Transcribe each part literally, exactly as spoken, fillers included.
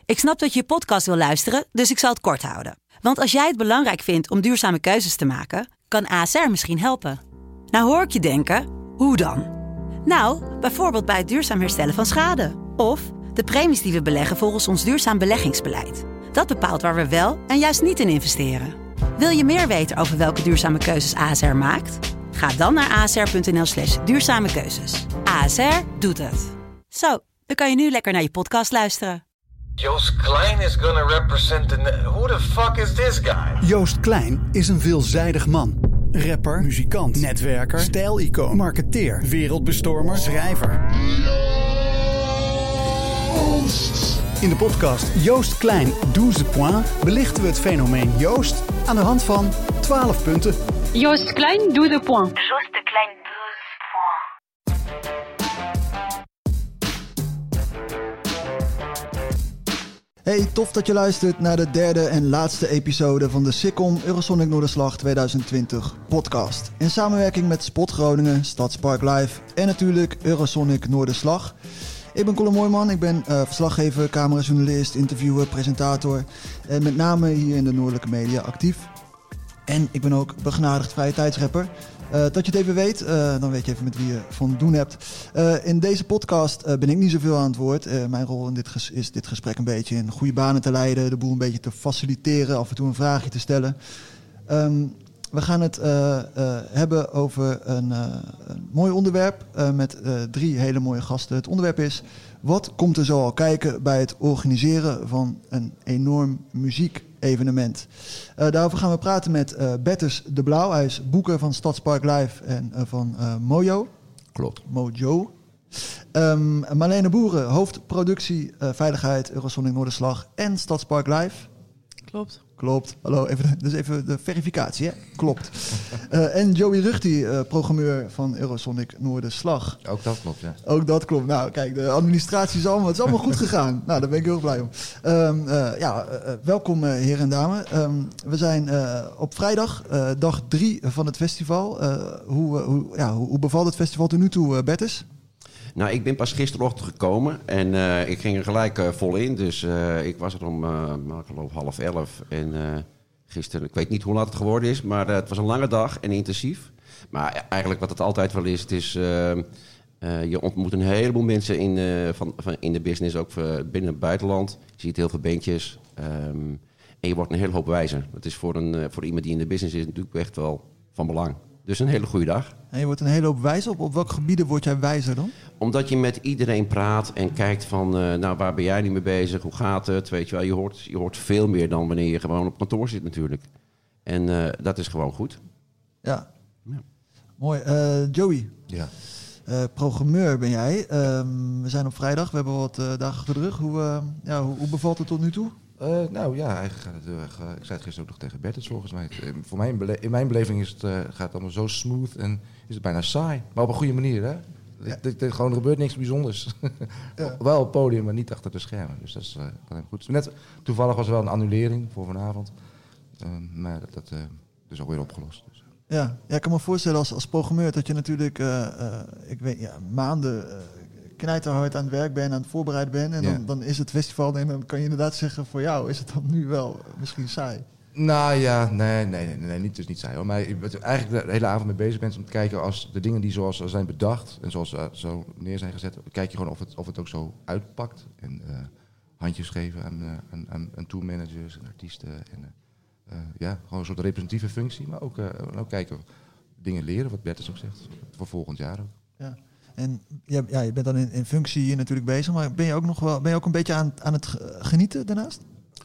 Ik snap dat je je podcast wil luisteren, dus ik zal het kort houden. Want als jij het belangrijk vindt om duurzame keuzes te maken, kan A S R misschien helpen. Nou hoor ik je denken, hoe dan? Nou, bijvoorbeeld bij het duurzaam herstellen van schade. Of de premies die we beleggen volgens ons duurzaam beleggingsbeleid. Dat bepaalt waar we wel en juist niet in investeren. Wil je meer weten over welke duurzame keuzes A S R maakt? Ga dan naar asr.nl slash duurzame keuzes. A S R doet het. Zo, dan kan je nu lekker naar je podcast luisteren. Joost Klein is gonna represent the... Who the fuck is this guy? Joost Klein is een veelzijdig man. Rapper, muzikant, netwerker, stijlicoon, marketeer, wereldbestormer, schrijver. In de podcast Joost Klein douze points belichten we het fenomeen Joost aan de hand van twaalf punten. Joost Klein douze points. Joost Klein douze points. Hey, tof dat je luistert naar de derde en laatste episode van de Sikkom Eurosonic Noorderslag tweeduizend twintig podcast. In samenwerking met Spot Groningen, Stadspark Live en natuurlijk Eurosonic Noorderslag. Ik ben Colin Mooijman, ik ben uh, verslaggever, camerajournalist, interviewer, presentator en met name hier in de Noordelijke Media actief. En ik ben ook begenadigd vrije tijdsrapper. Uh, dat je het even weet, uh, dan weet je even met wie je van doen hebt. Uh, in deze podcast uh, ben ik niet zoveel aan het woord. Uh, mijn rol in dit ges- is dit gesprek een beetje in goede banen te leiden, de boel een beetje te faciliteren, af en toe een vraagje te stellen. Um, we gaan het uh, uh, hebben over een, uh, een mooi onderwerp uh, met uh, drie hele mooie gasten. Het onderwerp is, wat komt er zo al kijken bij het organiseren van een enorm muziekevenement? Uh, daarover gaan we praten met uh, Bertus de Blauw. Hij is boeker van Stadspark Live en uh, van uh, Mojo. Klopt. Mojo. Um, Marlene Boeren, hoofdproductie, uh, veiligheid, Eurosonic Noorderslag en Stadspark Live. Klopt. Klopt. Hallo, even, dus even de verificatie, hè? Klopt. Uh, en Joey Ruchti, uh, programmeur van Eurosonic Noorderslag. Ook dat klopt, ja. Ook dat klopt. Nou, kijk, de administratie is allemaal, het is allemaal goed gegaan. Nou, daar ben ik heel blij om. Um, uh, ja, uh, welkom uh, heren en dames. Um, we zijn uh, op vrijdag, uh, dag drie van het festival. Uh, hoe, uh, hoe, ja, hoe, hoe bevalt het festival tot nu toe, uh, Bertus? Nou, ik ben pas gisterochtend gekomen en uh, ik ging er gelijk uh, vol in. Dus uh, ik was er om, uh, ik geloof, half elf. En uh, gisteren, ik weet niet hoe laat het geworden is, maar uh, het was een lange dag en intensief. Maar eigenlijk wat het altijd wel is, het is... Uh, uh, je ontmoet een heleboel mensen in, uh, van, van, in de business, ook uh, binnen het buitenland. Je ziet heel veel bandjes um, en je wordt een hele hoop wijzer. Dat is voor, een, uh, voor iemand die in de business is natuurlijk echt wel van belang. Dus een hele goede dag. En je wordt een hele hoop wijzer. Op, op welke gebieden word jij wijzer dan? Omdat je met iedereen praat en kijkt van... Uh, nou, waar ben jij nu mee bezig? Hoe gaat het? Weet je wel, je hoort, je hoort veel meer dan wanneer je gewoon op kantoor zit natuurlijk. En uh, dat is gewoon goed. Ja. Ja. Mooi. Uh, Joey. Ja. Uh, programmeur ben jij. Um, we zijn op vrijdag. We hebben wat uh, dagen achter de rug. Hoe, uh, ja, hoe, hoe bevalt het tot nu toe? Uh, nou ja, eigenlijk gaat het heel erg... Uh, ik zei het gisteren ook nog tegen Bertus volgens mij. Uh, voor mij in, bele- in mijn beleving is het, uh, gaat het allemaal zo smooth en is het bijna saai. Maar op een goede manier, hè? Ja. Er, er, gewoon, er gebeurt niks bijzonders. Ja. Wel op het podium, maar niet achter de schermen. Dus dat is uh, heel goed. Net, toevallig was er wel een annulering voor vanavond. Uh, maar dat, dat uh, is ook weer opgelost. Dus. Ja, ja, ik kan me voorstellen als, als programmeur dat je natuurlijk uh, uh, ik weet, ja, maanden... Uh, knijterhard aan het werk ben, aan het voorbereiden ben. En dan, ja. dan is het festival en dan kan je inderdaad zeggen... voor jou is het dan nu wel misschien saai. Nou ja, nee, nee, nee, nee niet, dus niet saai hoor. Maar ik ben eigenlijk de hele avond mee bezig bent om te kijken... als de dingen die zoals zijn bedacht en zoals uh, zo neer zijn gezet... kijk je gewoon of het, of het ook zo uitpakt. En uh, handjes geven aan, uh, aan, aan, aan tourmanagers en artiesten. En uh, uh, ja, gewoon een soort representatieve functie. Maar ook, uh, ook kijken, dingen leren, wat Bertus ook zegt. Voor volgend jaar ook. Ja. En ja, ja, je bent dan in, in functie hier natuurlijk bezig, maar ben je ook nog wel, ben je ook een beetje aan, aan het genieten daarnaast?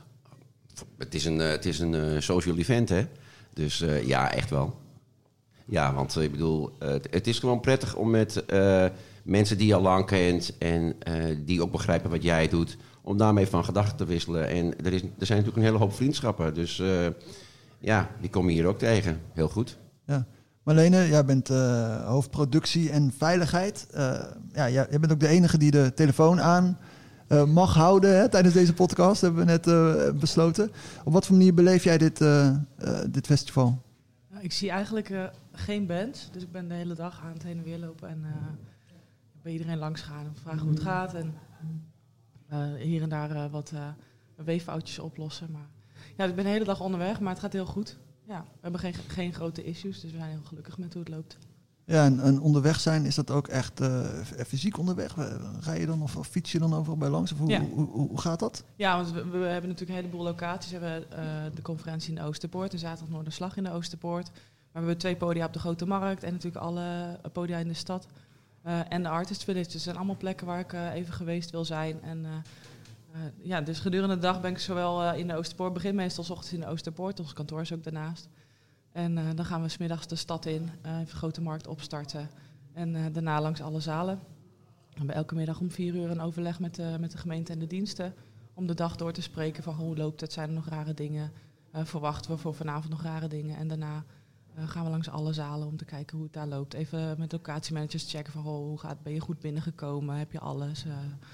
Het is een, uh, het is een uh, social event, hè? Dus uh, ja, echt wel. Ja, want uh, ik bedoel, uh, het is gewoon prettig om met uh, mensen die je al lang kent en uh, die ook begrijpen wat jij doet, om daarmee van gedachten te wisselen. En er, is, er zijn natuurlijk een hele hoop vriendschappen, dus uh, ja, die kom je hier ook tegen. Heel goed. Ja. Marlene, jij bent uh, hoofdproductie en veiligheid. Uh, ja, jij, jij bent ook de enige die de telefoon aan uh, mag houden hè, tijdens deze podcast, hebben we net uh, besloten. Op wat voor manier beleef jij dit, uh, uh, dit festival? Ik zie eigenlijk uh, geen band, dus ik ben de hele dag aan het heen en weer lopen en uh, bij iedereen langs gaan en vragen hoe het gaat. En uh, hier en daar uh, wat uh, weeffoutjes oplossen. Maar ja, ik ben de hele dag onderweg, maar het gaat heel goed. Ja, we hebben geen, geen grote issues, dus we zijn heel gelukkig met hoe het loopt. Ja, en, en onderweg zijn, is dat ook echt uh, fysiek onderweg? Rij je dan of, of fiets je dan overal bij langs? Of hoe, ja. hoe, hoe, hoe gaat dat? Ja, want we, we hebben natuurlijk een heleboel locaties. We hebben uh, de conferentie in de Oosterpoort, de Zaterdag Noorderslag in de Oosterpoort. Maar we hebben twee podia op de Grote Markt en natuurlijk alle podia in de stad. Uh, en de Artist Village, dus dat zijn allemaal plekken waar ik uh, even geweest wil zijn. En uh, uh, ja, dus gedurende de dag ben ik zowel uh, in de Oosterpoort, begin meestal 's ochtends in de Oosterpoort, ons kantoor is ook daarnaast. En uh, dan gaan we 's middags de stad in, uh, even de Grote Markt opstarten. En uh, daarna langs alle zalen. We hebben elke middag om vier uur een overleg met de, met de gemeente en de diensten. Om de dag door te spreken van hoe loopt het, zijn er nog rare dingen. Uh, verwachten we voor vanavond nog rare dingen. En daarna uh, gaan we langs alle zalen om te kijken hoe het daar loopt. Even met locatiemanagers checken van oh, hoe gaat, ben je goed binnengekomen, heb je alles. Uh,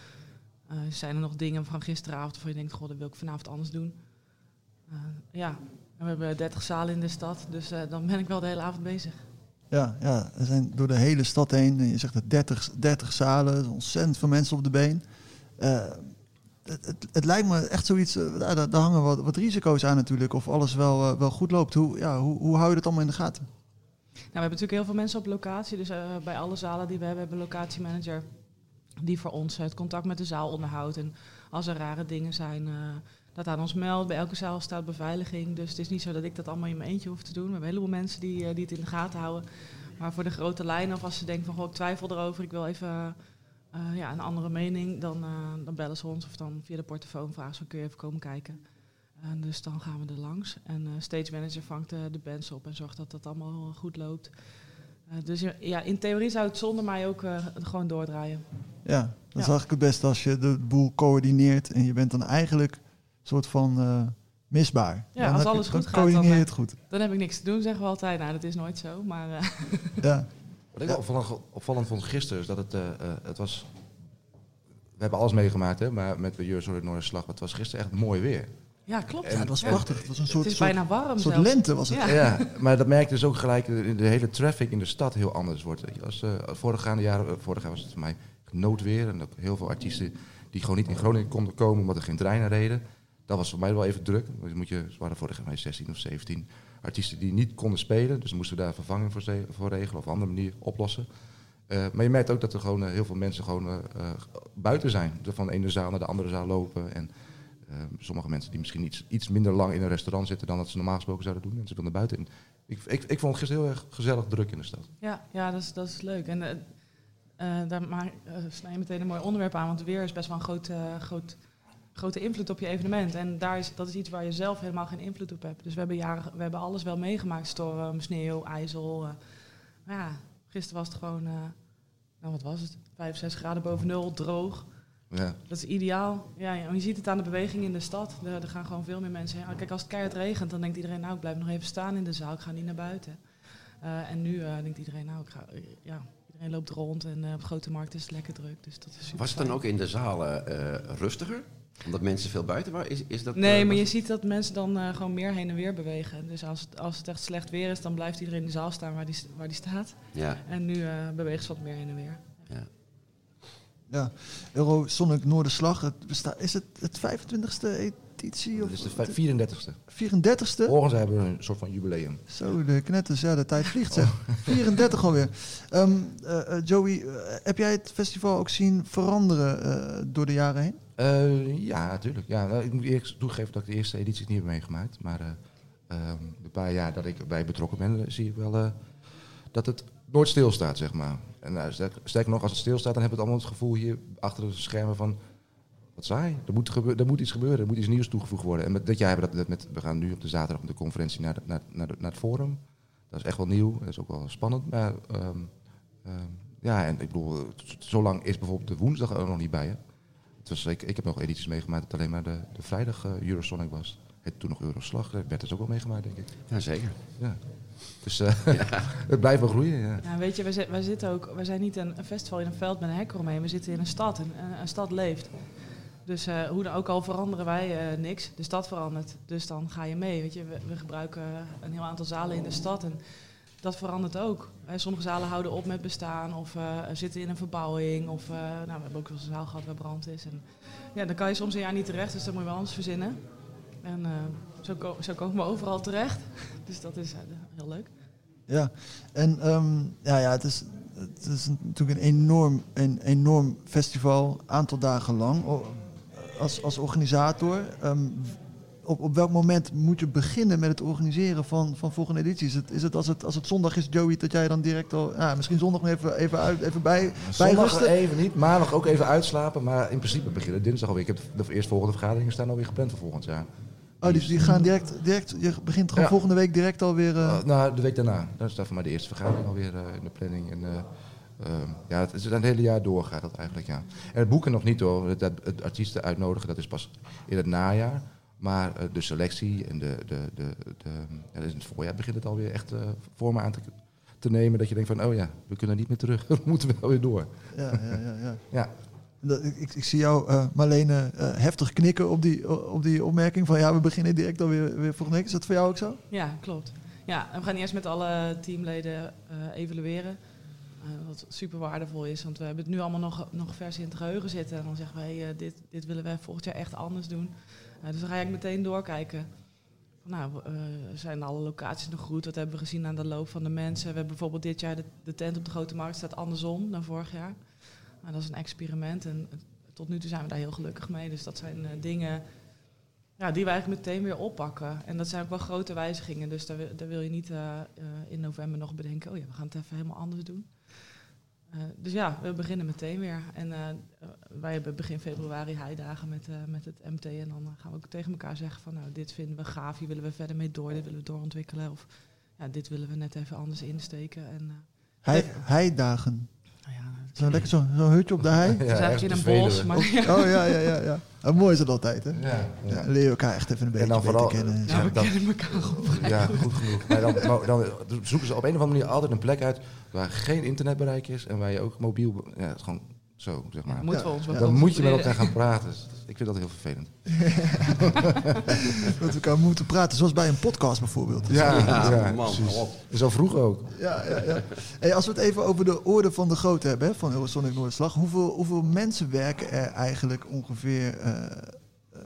uh, zijn er nog dingen van gisteravond waarvan je denkt, goh, dat wil ik vanavond anders doen. Uh, ja, en we hebben dertig zalen in de stad, dus uh, dan ben ik wel de hele avond bezig. Ja, ja, er zijn door de hele stad heen, je zegt het dertig, dertig zalen, ontzettend veel mensen op de been. Uh, het, het, het lijkt me echt zoiets, uh, daar, daar hangen wat, wat risico's aan natuurlijk, of alles wel, uh, wel goed loopt. Hoe, ja, hoe, hoe hou je dat allemaal in de gaten? Nou, we hebben natuurlijk heel veel mensen op locatie, dus uh, bij alle zalen die we hebben, hebben we een locatiemanager die voor ons het contact met de zaal onderhoudt. En als er rare dingen zijn, uh, dat aan ons meldt. Bij elke zaal staat beveiliging, dus het is niet zo dat ik dat allemaal in mijn eentje hoef te doen. We hebben een heleboel mensen die, uh, die het in de gaten houden. Maar voor de grote lijnen, of als ze denken van, goh, ik twijfel erover, ik wil even uh, ja, een andere mening, dan, uh, dan bellen ze ons of dan via de portofoon vragen ze, kun je even komen kijken. Uh, dus dan gaan we er langs. En uh, stage manager vangt uh, de bands op en zorgt dat dat allemaal goed loopt. Uh, dus ja, in theorie zou het zonder mij ook uh, gewoon doordraaien. Ja, dat ja. is eigenlijk het beste als je de boel coördineert en je bent dan eigenlijk een soort van uh, misbaar. Ja, dan als alles je, goed dan gaat, coördineer dan, je het goed. Dan heb ik niks te doen, zeggen we altijd. Nou, dat is nooit zo, maar... Uh. Ja. Wat ik wel opvallend, opvallend vond gisteren is dat het, uh, uh, het was... We hebben alles meegemaakt, hè, maar met de Eurozone Noorderslag, het was gisteren echt mooi weer. Ja, klopt. Ja, het was prachtig. Het was een soort, het is soort, bijna warm soort zelfs. lente was het. Ja. Ja, maar dat merkte dus ook gelijk de, de hele traffic in de stad heel anders wordt. Weet je. Als uh, voorgaande jaren, uh, vorig jaar was het voor mij noodweer en ook heel veel artiesten die gewoon niet in Groningen konden komen omdat er geen treinen reden. Dat was voor mij wel even druk. Dus moet je, er waren vorig jaar zestien of zeventien artiesten die niet konden spelen, dus moesten we daar vervanging voor, voor regelen of op een andere manier oplossen. Uh, maar je merkt ook dat er gewoon uh, heel veel mensen gewoon uh, uh, buiten zijn. Van de ene zaal naar de andere zaal lopen. En uh, sommige mensen die misschien iets, iets minder lang in een restaurant zitten dan dat ze normaal gesproken zouden doen. En ze willen naar buiten. En ik, ik, ik vond het gisteren heel erg gezellig druk in de stad. Ja, ja dat, is, dat is leuk. En uh, uh, daar maar, uh, snij je meteen een mooi onderwerp aan. Want weer is best wel een groot, uh, groot, grote invloed op je evenement. En daar is, dat is iets waar je zelf helemaal geen invloed op hebt. Dus we hebben, jaren, we hebben alles wel meegemaakt. Storm, sneeuw, ijzel. Uh, maar ja... Gisteren was het gewoon, uh, nou wat was het, vijf, zes graden boven nul, droog. Ja. Dat is ideaal. Ja, ja, je ziet het aan de beweging in de stad. Er, er gaan gewoon veel meer mensen heen. Kijk, als het keihard regent, dan denkt iedereen, nou ik blijf nog even staan in de zaal, ik ga niet naar buiten. Uh, en nu uh, denkt iedereen, nou ik ga, uh, ja, iedereen loopt rond en uh, op de Grote Markt is het lekker druk. Dus dat is super. Was het dan ook in de zalen uh, rustiger? Omdat mensen veel buiten waren? Is, is dat, nee, uh, maar je het... ziet dat mensen dan uh, gewoon meer heen en weer bewegen. Dus als het, als het echt slecht weer is, dan blijft iedereen in de zaal staan waar die, waar die staat. Ja. En nu uh, beweegt ze wat meer heen en weer. Ja. Ja, Eurosonic Noorderslag, het besta- is het het vijfentwintigste editie? Of Dit is de vierendertigste. vierendertigste? Morgen hebben we een soort van jubileum. Zo, de knetters, ja, de tijd vliegt zeg. vierendertig alweer. Um, uh, Joey, uh, heb jij het festival ook zien veranderen uh, door de jaren heen? Uh, ja, natuurlijk. Ja, nou, ik moet eerst toegeven dat ik de eerste edities niet heb meegemaakt. Maar uh, um, de paar jaar dat ik erbij betrokken ben, zie ik wel uh, dat het nooit stilstaat, zeg maar. En uh, sterk, sterker nog, als het stilstaat, dan hebben we het allemaal het gevoel hier achter de schermen van... Wat saai, er moet, gebe- er moet iets gebeuren, er moet iets nieuws toegevoegd worden. En met dit jaar hebben we dat met, we gaan nu op de zaterdag met de conferentie naar, de, naar, naar, de, naar het forum. Dat is echt wel nieuw, dat is ook wel spannend. Maar um, um, ja, en ik bedoel, zo lang is bijvoorbeeld de woensdag er nog niet bij, hè. Het was, ik, ik heb nog edities meegemaakt dat alleen maar de, de vrijdag uh, Eurosonic was. Het toen nog Euroslag, werd dus ook wel meegemaakt, denk ik. Ja, zeker. Ja. Dus uh, ja. Het blijft wel groeien. Ja. Ja, weet je, wij, wij zitten ook, wij zijn niet een, een festival in een veld met een hek eromheen. We zitten in een stad en een, een stad leeft. Dus uh, hoe dan ook al veranderen wij uh, niks. De stad verandert. Dus dan ga je mee. Weet je, we, we gebruiken een heel aantal zalen in de stad. En dat verandert ook. Uh, sommige zalen houden op met bestaan of uh, zitten in een verbouwing. Of, uh, nou, we hebben ook wel eens een zaal gehad waar brand is. En, ja, dan kan je soms een jaar niet terecht, dus dan moet je wel anders verzinnen. En uh, zo, ko- zo komen we overal terecht. Dus dat is uh, heel leuk. Ja, en um, ja, ja, het is, het is natuurlijk een enorm, een enorm festival, aantal dagen lang. Als, als organisator, um, op, op welk moment moet je beginnen met het organiseren van, van volgende edities? Is het, is het, als het als het zondag is, Joey, dat jij dan direct al... Nou, misschien zondag nog even, even, uit, even bij, bij Zondag even niet, maandag ook even uitslapen. Maar in principe beginnen dinsdag alweer. Ik heb de eerstvolgende vergaderingen staan alweer gepland voor volgend jaar. Oh, die, die gaan direct, direct... Je begint gewoon ja. volgende week direct alweer... Uh... Uh, nou, de week daarna. Dan staat voor mij de eerste vergadering alweer uh, in de planning. En, uh, uh, ja, het is het hele jaar door gaat dat eigenlijk, ja. En het boeken nog niet hoor. Het, het, het artiesten uitnodigen, dat is pas in het najaar. Maar uh, de selectie en de, de, de, de, ja, in het voorjaar begint het alweer echt uh, vormen aan te, te nemen. Dat je denkt van, oh ja, we kunnen niet meer terug. We moeten wel weer door. Ja, ja, ja. ja. ja. Dat, ik, ik zie jou, uh, Marlene, uh, heftig knikken op die, op die opmerking van ja, we beginnen direct alweer weer volgende week. Is dat voor jou ook zo? Ja, klopt. Ja, en we gaan eerst met alle teamleden uh, evalueren. Uh, wat super waardevol is, want we hebben het nu allemaal nog, nog vers in het geheugen zitten. En dan zeggen we, hey, uh, dit, dit willen we volgend jaar echt anders doen. Uh, dus dan ga ik meteen doorkijken. Nou, uh, zijn alle locaties nog goed? Wat hebben we gezien aan de loop van de mensen? We hebben bijvoorbeeld dit jaar de, de tent op de Grote Markt staat andersom dan vorig jaar. Nou, dat is een experiment en uh, tot nu toe zijn we daar heel gelukkig mee. Dus dat zijn uh, dingen ja, die we eigenlijk meteen weer oppakken. En dat zijn ook wel grote wijzigingen. Dus daar, daar wil je niet uh, uh, in november nog bedenken, oh ja, we gaan het even helemaal anders doen. Uh, dus ja, we beginnen meteen weer. En uh, wij hebben begin februari heidagen met, uh, met het M T. En dan uh, gaan we ook tegen elkaar zeggen van, nou, dit vinden we gaaf, hier willen we verder mee door, dit willen we doorontwikkelen. Of ja, dit willen we net even anders insteken. En, uh, Hei, heidagen. Nou ja, zo lekker zo'n zo hutje op de hei. Het is eigenlijk in een bos. Maar ja. Oh ja, ja, ja. ja. Oh, mooi is dat altijd, hè? Ja, ja. Ja, leer je elkaar echt even een beetje en dan beter vooral, kennen. Ja, we dan, kennen elkaar op vrij Ja, goed. goed genoeg. Maar dan, maar dan zoeken ze op een of andere manier altijd een plek uit waar geen internetbereik is en waar je ook mobiel... Ja, het is gewoon zo, zeg maar. Ja, moeten we ons wel Dan moet je met concentreren. elkaar gaan praten. Ik vind dat heel vervelend. Dat we elkaar moeten praten, zoals bij een podcast bijvoorbeeld. Ja, Ja, ja, man, precies. op. Zo vroeg ook. Ja, ja, ja. Hey, als we het even over de orde van de grootte hebben, hè, van Eurosonic Noorderslag. Hoeveel, hoeveel mensen werken er eigenlijk ongeveer... Uh, uh,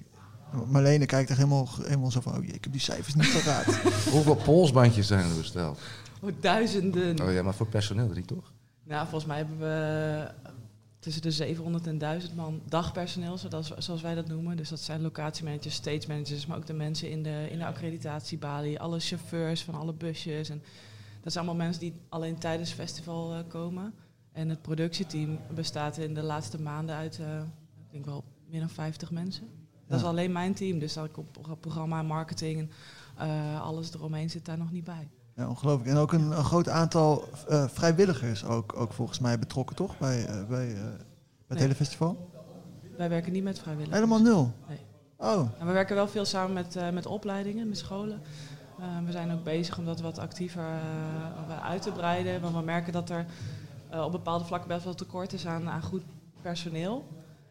Marlene kijkt er helemaal, helemaal zo van, oh jee, ik heb die cijfers niet paraat. Hoeveel polsbandjes zijn er besteld? Oh, duizenden. Oh ja, maar voor personeel drie toch? Nou, volgens mij hebben we tussen de zevenhonderd en duizend man dagpersoneel, zoals, zoals wij dat noemen. Dus dat zijn locatiemanagers, stage managers, maar ook de mensen in de, in de accreditatiebalie, alle chauffeurs van alle busjes. En dat zijn allemaal mensen die alleen tijdens het festival uh, komen. En het productieteam bestaat in de laatste maanden uit, uh, ik denk wel meer dan vijftig mensen. Dat Ja. is alleen mijn team, dus dat ik op programma, marketing en uh, alles eromheen zit daar nog niet bij. Ja, ongelooflijk. En ook een, een groot aantal uh, vrijwilligers ook, ook volgens mij betrokken, toch? Bij, uh, bij, uh, bij het Nee. hele festival? Wij werken niet met vrijwilligers. Helemaal nul? Nee. Oh, En we werken wel veel samen met, uh, met opleidingen, met scholen. Uh, we zijn ook bezig om dat wat actiever uh, uit te breiden. Want we merken dat er uh, op bepaalde vlakken best wel tekort is aan, aan goed personeel.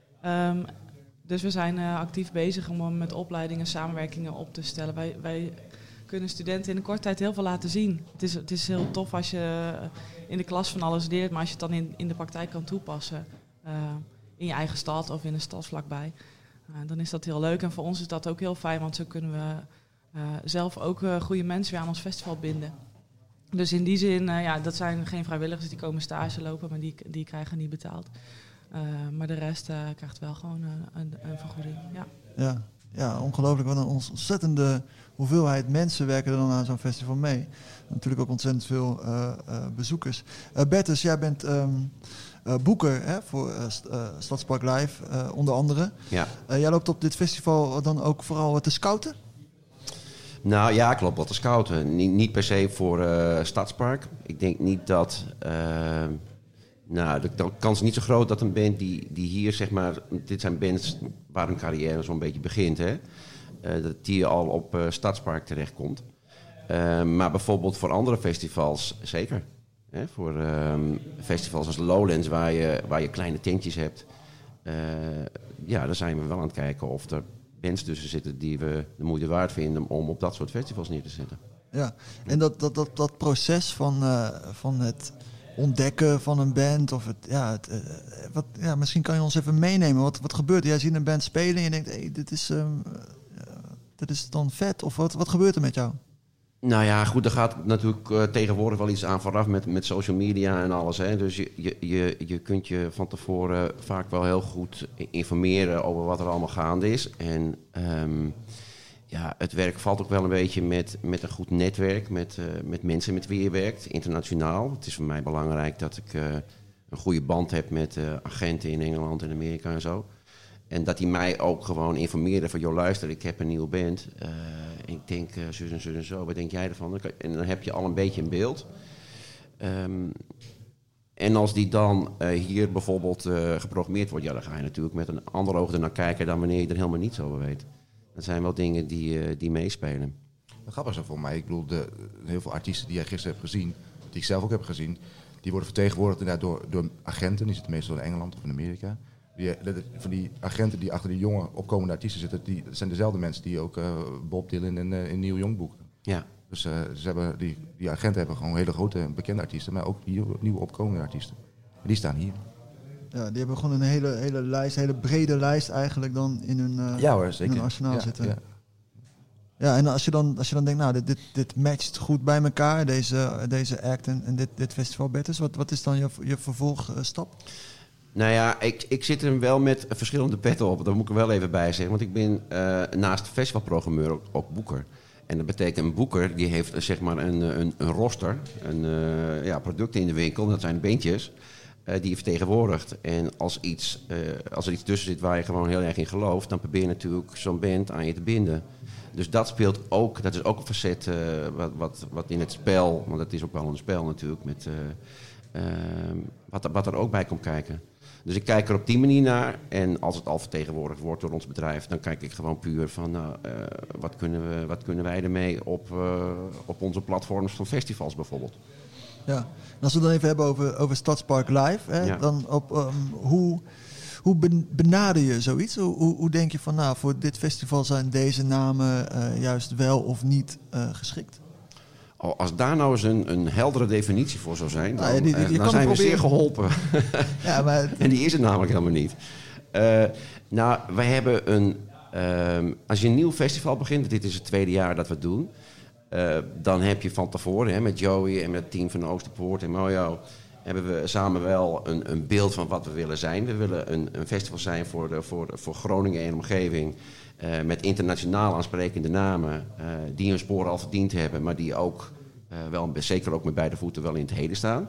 Um, dus we zijn uh, actief bezig om met opleidingen samenwerkingen op te stellen. Wij, wij kunnen studenten in een korte tijd heel veel laten zien. Het is, het is heel tof als je in de klas van alles leert, maar als je het dan in, in de praktijk kan toepassen. Uh, in je eigen stad of in een stad vlakbij. Uh, dan is dat heel leuk. En voor ons is dat ook heel fijn, want zo kunnen we uh, zelf ook uh, goede mensen weer aan ons festival binden. Dus in die zin, uh, ja, dat zijn geen vrijwilligers die komen stage lopen, maar die, die krijgen niet betaald. Uh, maar de rest uh, krijgt wel gewoon uh, een, een vergoeding. Ja. ja. Ja, ongelooflijk. Wat een ontzettende hoeveelheid mensen werken er dan aan zo'n festival mee. Natuurlijk ook ontzettend veel uh, uh, bezoekers. Uh, Bertus, jij bent um, uh, boeker hè, voor uh, st- uh, Stadspark Live, uh, onder andere. Ja. Uh, jij loopt op dit festival dan ook vooral te scouten? Nou ja, klopt, wat te scouten. Niet, niet per se voor uh, Stadspark. Ik denk niet dat... Uh, nou, de, de kans is niet zo groot dat een band die, die hier, zeg maar... Dit zijn bands waar een carrière zo'n beetje begint, hè. Uh, dat die al op uh, Stadspark terechtkomt. Uh, maar bijvoorbeeld voor andere festivals zeker. Hè? Voor um, festivals als Lowlands, waar je, waar je kleine tentjes hebt. Uh, ja, daar zijn we wel aan het kijken of er bands tussen zitten die we de moeite waard vinden om op dat soort festivals neer te zetten. Ja, en dat, dat, dat, dat proces van, uh, van het ontdekken van een band, of het, ja, het, uh, wat, ja, misschien kan je ons even meenemen. Wat, wat gebeurt er? Jij ziet een band spelen en je denkt, hey, dit is, um, uh, dit is dan vet. Of wat, wat gebeurt er met jou? Nou ja, goed, er gaat natuurlijk uh, tegenwoordig wel iets aan vooraf met, met social media en alles. Hè. Dus je, je, je, je kunt je van tevoren vaak wel heel goed informeren over wat er allemaal gaande is. En um, ja, het werk valt ook wel een beetje met, met een goed netwerk, met, uh, met mensen met wie je werkt, internationaal. Het is voor mij belangrijk dat ik uh, een goede band heb met uh, agenten in Engeland en Amerika en zo. En dat die mij ook gewoon informeerden van, joh luister, ik heb een nieuwe band. Uh, ik denk uh, zus en zus en zo, wat denk jij ervan? En dan heb je al een beetje een beeld. Um, en als die dan uh, hier bijvoorbeeld uh, geprogrammeerd wordt, ja, dan ga je natuurlijk met een ander oog ernaar kijken dan wanneer je er helemaal niets over weet. Dat zijn wel dingen die, uh, die meespelen. Dat grappig is voor mij. Ik bedoel, de, heel veel artiesten die jij gisteren hebt gezien, die ik zelf ook heb gezien, die worden vertegenwoordigd inderdaad door, door agenten. Die zitten meestal in Engeland of in Amerika. Die, van die agenten die achter die jonge opkomende artiesten zitten, die dat zijn dezelfde mensen die ook uh, Bob Dylan en uh, in Neil Young boeken. Ja. Dus uh, ze hebben, die, die agenten hebben gewoon hele grote bekende artiesten, maar ook nieuwe, nieuwe opkomende artiesten. En die staan hier. Ja, die hebben gewoon een hele, hele lijst, hele brede lijst eigenlijk dan in hun, uh, ja, hoor, zeker. in hun arsenaal ja, zitten. Ja. Ja, en als je dan, als je dan denkt, nou, dit, dit, dit matcht goed bij elkaar, deze, deze act en, en dit, dit festival Batters, wat, wat is dan je, je vervolgstap? Nou ja, ik, ik zit er wel met verschillende petten op. Daar moet ik er wel even bij zeggen. Want ik ben uh, naast festivalprogrammeur ook, ook boeker. En dat betekent een boeker die heeft uh, zeg maar een, een, een roster. Een uh, ja, producten in de winkel. Dat zijn bandjes. Uh, die je vertegenwoordigt. En als, iets, uh, als er iets tussen zit waar je gewoon heel erg in gelooft, dan probeer je natuurlijk zo'n band aan je te binden. Dus dat speelt ook. Dat is ook een facet uh, wat, wat, wat in het spel. Want het is ook wel een spel natuurlijk. Met, uh, uh, wat, wat er ook bij komt kijken. Dus ik kijk er op die manier naar. En als het al vertegenwoordigd wordt door ons bedrijf, dan kijk ik gewoon puur van, nou, uh, wat, kunnen we, wat kunnen wij ermee op, uh, op onze platforms van festivals bijvoorbeeld. Ja, en als we het dan even hebben over, over Stadspark Live, hè, ja. dan op um, hoe, hoe benader je zoiets? Hoe, hoe, hoe denk je van, nou, voor dit festival zijn deze namen uh, juist wel of niet uh, geschikt? Oh, als daar nou eens een, een heldere definitie voor zou zijn, dan, nou ja, die, die, die dan zijn we zeer geholpen. Ja, maar... En die is het namelijk helemaal niet. Uh, nou, wij hebben een... Uh, als je een nieuw festival begint, dit is het tweede jaar dat we het doen, uh, dan heb je van tevoren, hè, met Joey en met het team van de Oosterpoort en Mojo, hebben we samen wel een, een beeld van wat we willen zijn. We willen een, een festival zijn voor, de, voor, de, voor Groningen en omgeving. Uh, met internationaal aansprekende namen uh, die hun sporen al verdiend hebben, maar die ook uh, wel, zeker ook met beide voeten wel in het heden staan.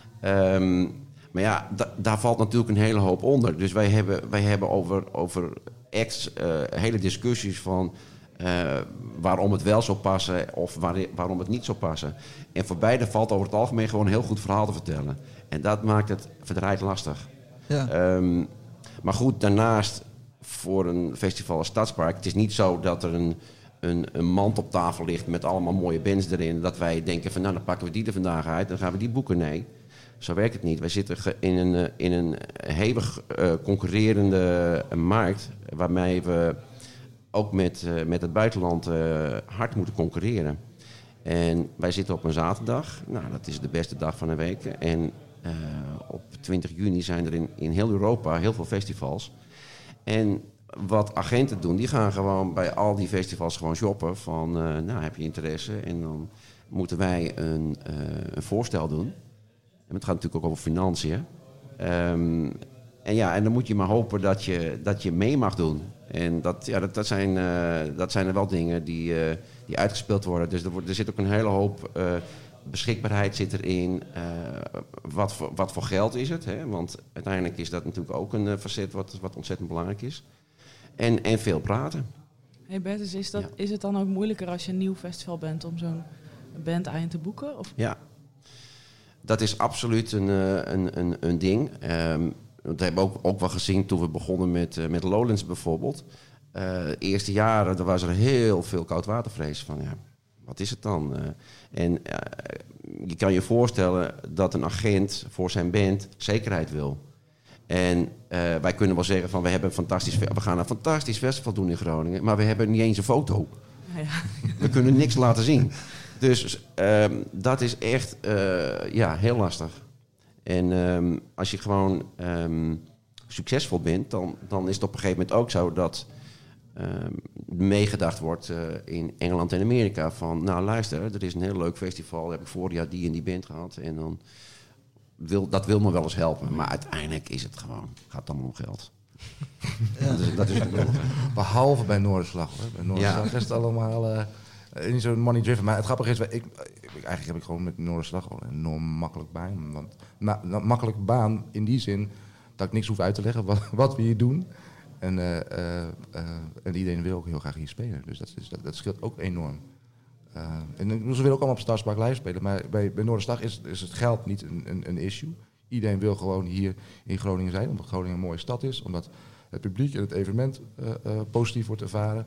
Um, maar ja, da- daar valt natuurlijk een hele hoop onder. Dus wij hebben, wij hebben over, over acts uh, hele discussies van uh, waarom het wel zou passen of waar, waarom het niet zou passen. En voor beide valt over het algemeen gewoon een heel goed verhaal te vertellen. En dat maakt het verdraaid lastig. Ja. Um, maar goed, daarnaast voor een festival als Stadspark, het is niet zo dat er een, een, een mand op tafel ligt met allemaal mooie bands erin, dat wij denken van, nou, dan pakken we die er vandaag uit, dan gaan we die boeken. Nee, zo werkt het niet. Wij zitten in een, in een hevig uh, concurrerende markt, waarmee we ook met, uh, met het buitenland uh, hard moeten concurreren. En wij zitten op een zaterdag, nou, dat is de beste dag van de week. En uh, op twintig juni zijn er in, in heel Europa heel veel festivals. En wat agenten doen, die gaan gewoon bij al die festivals gewoon shoppen van, uh, nou, heb je interesse? En dan moeten wij een, uh, een voorstel doen. En het gaat natuurlijk ook over financiën. Um, en ja, en dan moet je maar hopen dat je, dat je mee mag doen. En dat, ja, dat, dat, zijn, uh, dat zijn er wel dingen die, uh, die uitgespeeld worden. Dus er, wordt, er zit ook een hele hoop uh, beschikbaarheid zit erin. Uh, wat, voor, wat voor geld is het? Hè? Want uiteindelijk is dat natuurlijk ook een uh, facet wat, wat ontzettend belangrijk is. En, en veel praten. Hey Bert, dus is, dat, Ja. is het dan ook moeilijker als je een nieuw festival bent om zo'n band aan je te boeken? Of? Ja, dat is absoluut een, uh, een, een, een ding. Um, dat hebben we ook, ook wel gezien toen we begonnen met, uh, met Lowlands bijvoorbeeld. Uh, de eerste jaren er was er heel veel koudwatervrees van, ja, wat is het dan? Uh, en uh, je kan je voorstellen dat een agent voor zijn band zekerheid wil. En uh, wij kunnen wel zeggen van we, hebben een fantastisch, we gaan een fantastisch festival doen in Groningen, maar we hebben niet eens een foto. Ja, ja. We kunnen niks laten zien. Dus um, dat is echt uh, ja, heel lastig. En um, als je gewoon um, succesvol bent, dan, dan is het op een gegeven moment ook zo dat um, meegedacht wordt uh, in Engeland en Amerika van, nou luister, er is een heel leuk festival, heb ik vorig jaar die en die band gehad en dan wil, dat wil me wel eens helpen. Maar uiteindelijk is het gewoon, gaat het allemaal om geld. Ja. Dat is, dat is het bedoel. Behalve bij Noorderslag. Hoor. Bij Noorderslag ja. is het allemaal uh, niet zo money driven. Maar het grappige is, ik, ik, eigenlijk heb ik gewoon met Noorderslag al een enorm makkelijk baan. Want, ma, nou, makkelijk baan in die zin dat ik niks hoef uit te leggen wat, wat we hier doen. En, uh, uh, uh, en iedereen wil ook heel graag hier spelen. Dus dat, is, dat, dat scheelt ook enorm. Uh, en ze willen ook allemaal op Stadspark Live spelen. Maar bij, bij Noorderslag is, is het geld niet een, een, een issue. Iedereen wil gewoon hier in Groningen zijn, omdat Groningen een mooie stad is. Omdat het publiek en het evenement uh, uh, positief wordt ervaren.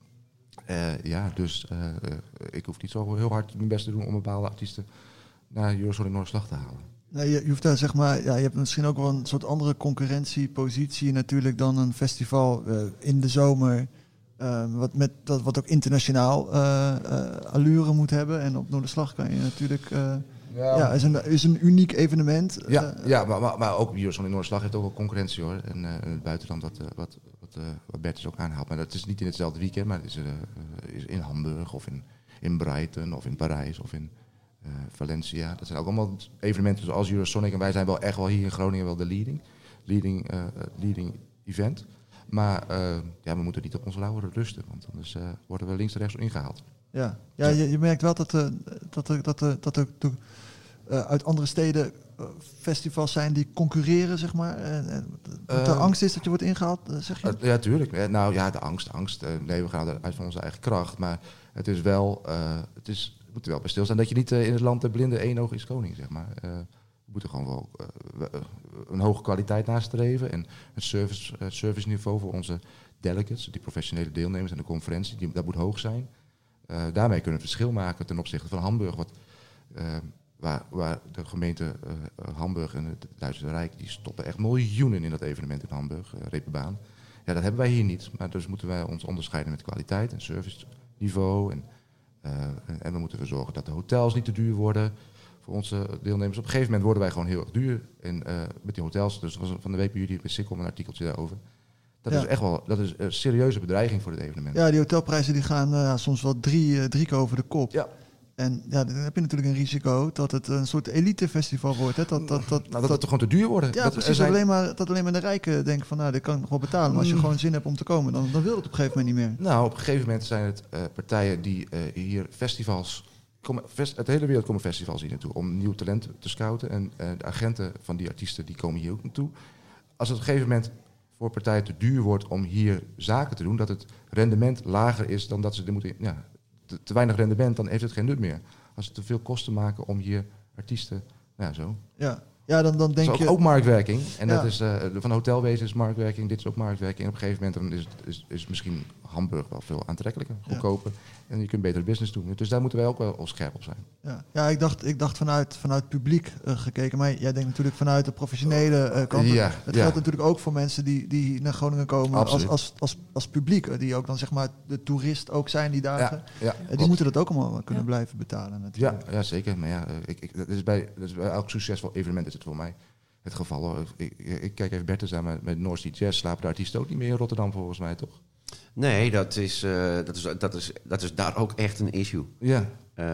Uh, ja, dus uh, uh, ik hoef niet zo heel hard mijn best te doen om bepaalde artiesten naar Eurosonic Noorderslag te halen. Nee, je, je hoeft daar, zeg maar, ja, je hebt misschien ook wel een soort andere concurrentiepositie natuurlijk dan een festival uh, in de zomer. Uh, wat, met, dat, wat ook internationaal uh, uh, allure moet hebben. En op Noorderslag kan je natuurlijk... Uh, Ja, ja is, een, is een uniek evenement. Ja, uh, ja maar, maar, maar ook Eurosonic Noorderslag heeft ook wel concurrentie hoor. En uh, in het buitenland wat, uh, wat, wat, uh, wat Bert dus ook aanhaalt. Maar dat is niet in hetzelfde weekend, maar het is, uh, uh, is in Hamburg of in, in Brighton of in Parijs of in uh, Valencia. Dat zijn ook allemaal evenementen zoals Eurosonic. En wij zijn wel echt wel hier in Groningen wel de leading, leading, uh, leading event. Maar uh, ja, we moeten niet op onze lauweren rusten, want anders uh, worden we links en rechts ingehaald. Ja, ja je, je merkt wel dat er dat er, dat er, dat er, dat er uh, uit andere steden uh, festivals zijn die concurreren, zeg maar. En, en de uh, angst is dat je wordt ingehaald, uh, zeg je? Uh, ja, tuurlijk. Uh, nou ja, de angst, angst. Uh, nee, we gaan uit van onze eigen kracht. Maar het is wel, uh, het is, we moeten wel bij stilstaan dat je niet uh, in het land de blinde één oog is koning, zeg maar. Uh, we moeten gewoon wel uh, een hoge kwaliteit nastreven en het service, uh, serviceniveau voor onze delegates, die professionele deelnemers aan de conferentie, die, dat moet hoog zijn. Uh, daarmee kunnen we het verschil maken ten opzichte van Hamburg, wat, uh, waar, waar de gemeente uh, Hamburg en het Duitse Rijk, die stoppen echt miljoenen in dat evenement in Hamburg, uh, Reeperbaan. Ja, dat hebben wij hier niet, maar dus moeten wij ons onderscheiden met kwaliteit en serviceniveau. En, uh, en, en we moeten ervoor zorgen dat de hotels niet te duur worden voor onze deelnemers. Op een gegeven moment worden wij gewoon heel erg duur en, uh, met die hotels. Dus er was van de week bij jullie bij Sikkom een artikeltje daarover. Dat, ja. is echt wel, dat is een serieuze bedreiging voor dit evenement. Ja, die hotelprijzen die gaan uh, soms wel drie, uh, drie keer over de kop. Ja. En ja, dan heb je natuurlijk een risico dat het een soort elitefestival wordt. Hè? Dat, dat, dat, nou, dat, dat het gewoon te duur wordt. Ja, dat, precies. zijn... Dat, alleen maar, dat alleen maar de rijken denken van, nou, dit kan ik nog wel betalen. Maar als je mm. gewoon zin hebt om te komen, dan, dan wil het op een gegeven moment niet meer. Nou, op een gegeven moment zijn het uh, partijen die uh, hier festivals... Komen, fest, uit de hele wereld komen festivals hier naartoe om nieuw talent te scouten. En uh, de agenten van die artiesten die komen hier ook naartoe. Als het op een gegeven moment voor partijen te duur wordt om hier zaken te doen, dat het rendement lager is dan dat ze er moeten... Ja, te, te weinig rendement, dan heeft het geen nut meer. Als het te veel kosten maken om hier artiesten... Ja, zo. Ja, ja dan, dan denk dat is ook, je... ook marktwerking. En ja. dat is, uh, van hotelwezen is marktwerking, dit is ook marktwerking. En op een gegeven moment dan is, het, is, is misschien Hamburg wel veel aantrekkelijker, goedkoper. Ja. En je kunt beter business doen. Dus daar moeten wij ook wel scherp op zijn. Ja, ja ik dacht, ik dacht vanuit, vanuit publiek uh, gekeken. Maar jij denkt natuurlijk vanuit de professionele uh, kant. Ja, het ja. geldt natuurlijk ook voor mensen die, die naar Groningen komen als, als, als, als publiek. Die ook dan zeg maar de toerist ook zijn die dagen. Ja, ja, die klopt. Moeten dat ook allemaal kunnen ja. blijven betalen natuurlijk. Ja, ja zeker. Maar ja, ik, ik, dat, is bij, dat is bij elk succesvol evenement is het voor mij het geval. Hoor. Ik, ik, ik kijk even Bertus aan, met, met North Sea Jazz slapen de artiesten ook niet meer in Rotterdam volgens mij, toch? Nee, dat is, uh, dat, is, dat, is, dat is daar ook echt een issue. Ja. Uh,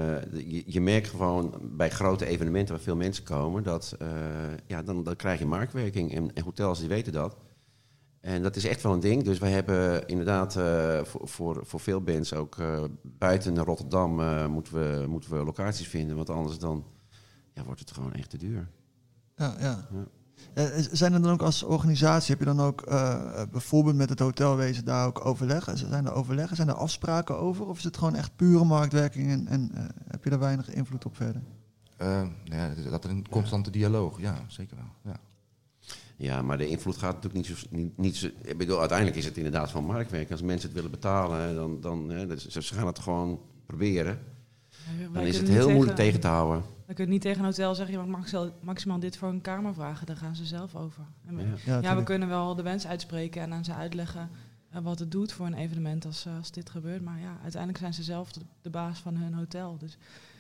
je, je merkt gewoon bij grote evenementen waar veel mensen komen, dat uh, ja, dan, dan krijg je marktwerking. En, en hotels die weten dat. En dat is echt wel een ding. Dus wij hebben inderdaad uh, voor, voor, voor veel bands ook uh, buiten Rotterdam uh, moeten, we, moeten we locaties vinden. Want anders dan ja, wordt het gewoon echt te duur. Ja, ja. ja. Uh, zijn er dan ook als organisatie, heb je dan ook uh, bijvoorbeeld met het hotelwezen daar ook overleggen? Zijn er overleggen, zijn er afspraken over? Of is het gewoon echt pure marktwerking en, en uh, heb je daar weinig invloed op verder? Uh, ja, dat is een constante ja. dialoog, ja, zeker wel. Ja. Ja, maar de invloed gaat natuurlijk niet zo... Niet, niet zo ik bedoel, uiteindelijk is het inderdaad van marktwerking. Als mensen het willen betalen, dan, dan hè, ze gaan het gewoon proberen. Ja, dan is het heel tegen, moeilijk tegen te houden. Dan kun je niet tegen een hotel zeggen, je mag maximaal dit voor een kamer vragen. Daar gaan ze zelf over. En we, ja, ja, ja we kunnen wel de wens uitspreken en aan ze uitleggen uh, wat het doet voor een evenement als, uh, als dit gebeurt. Maar ja, uiteindelijk zijn ze zelf de, de baas van hun hotel. Dus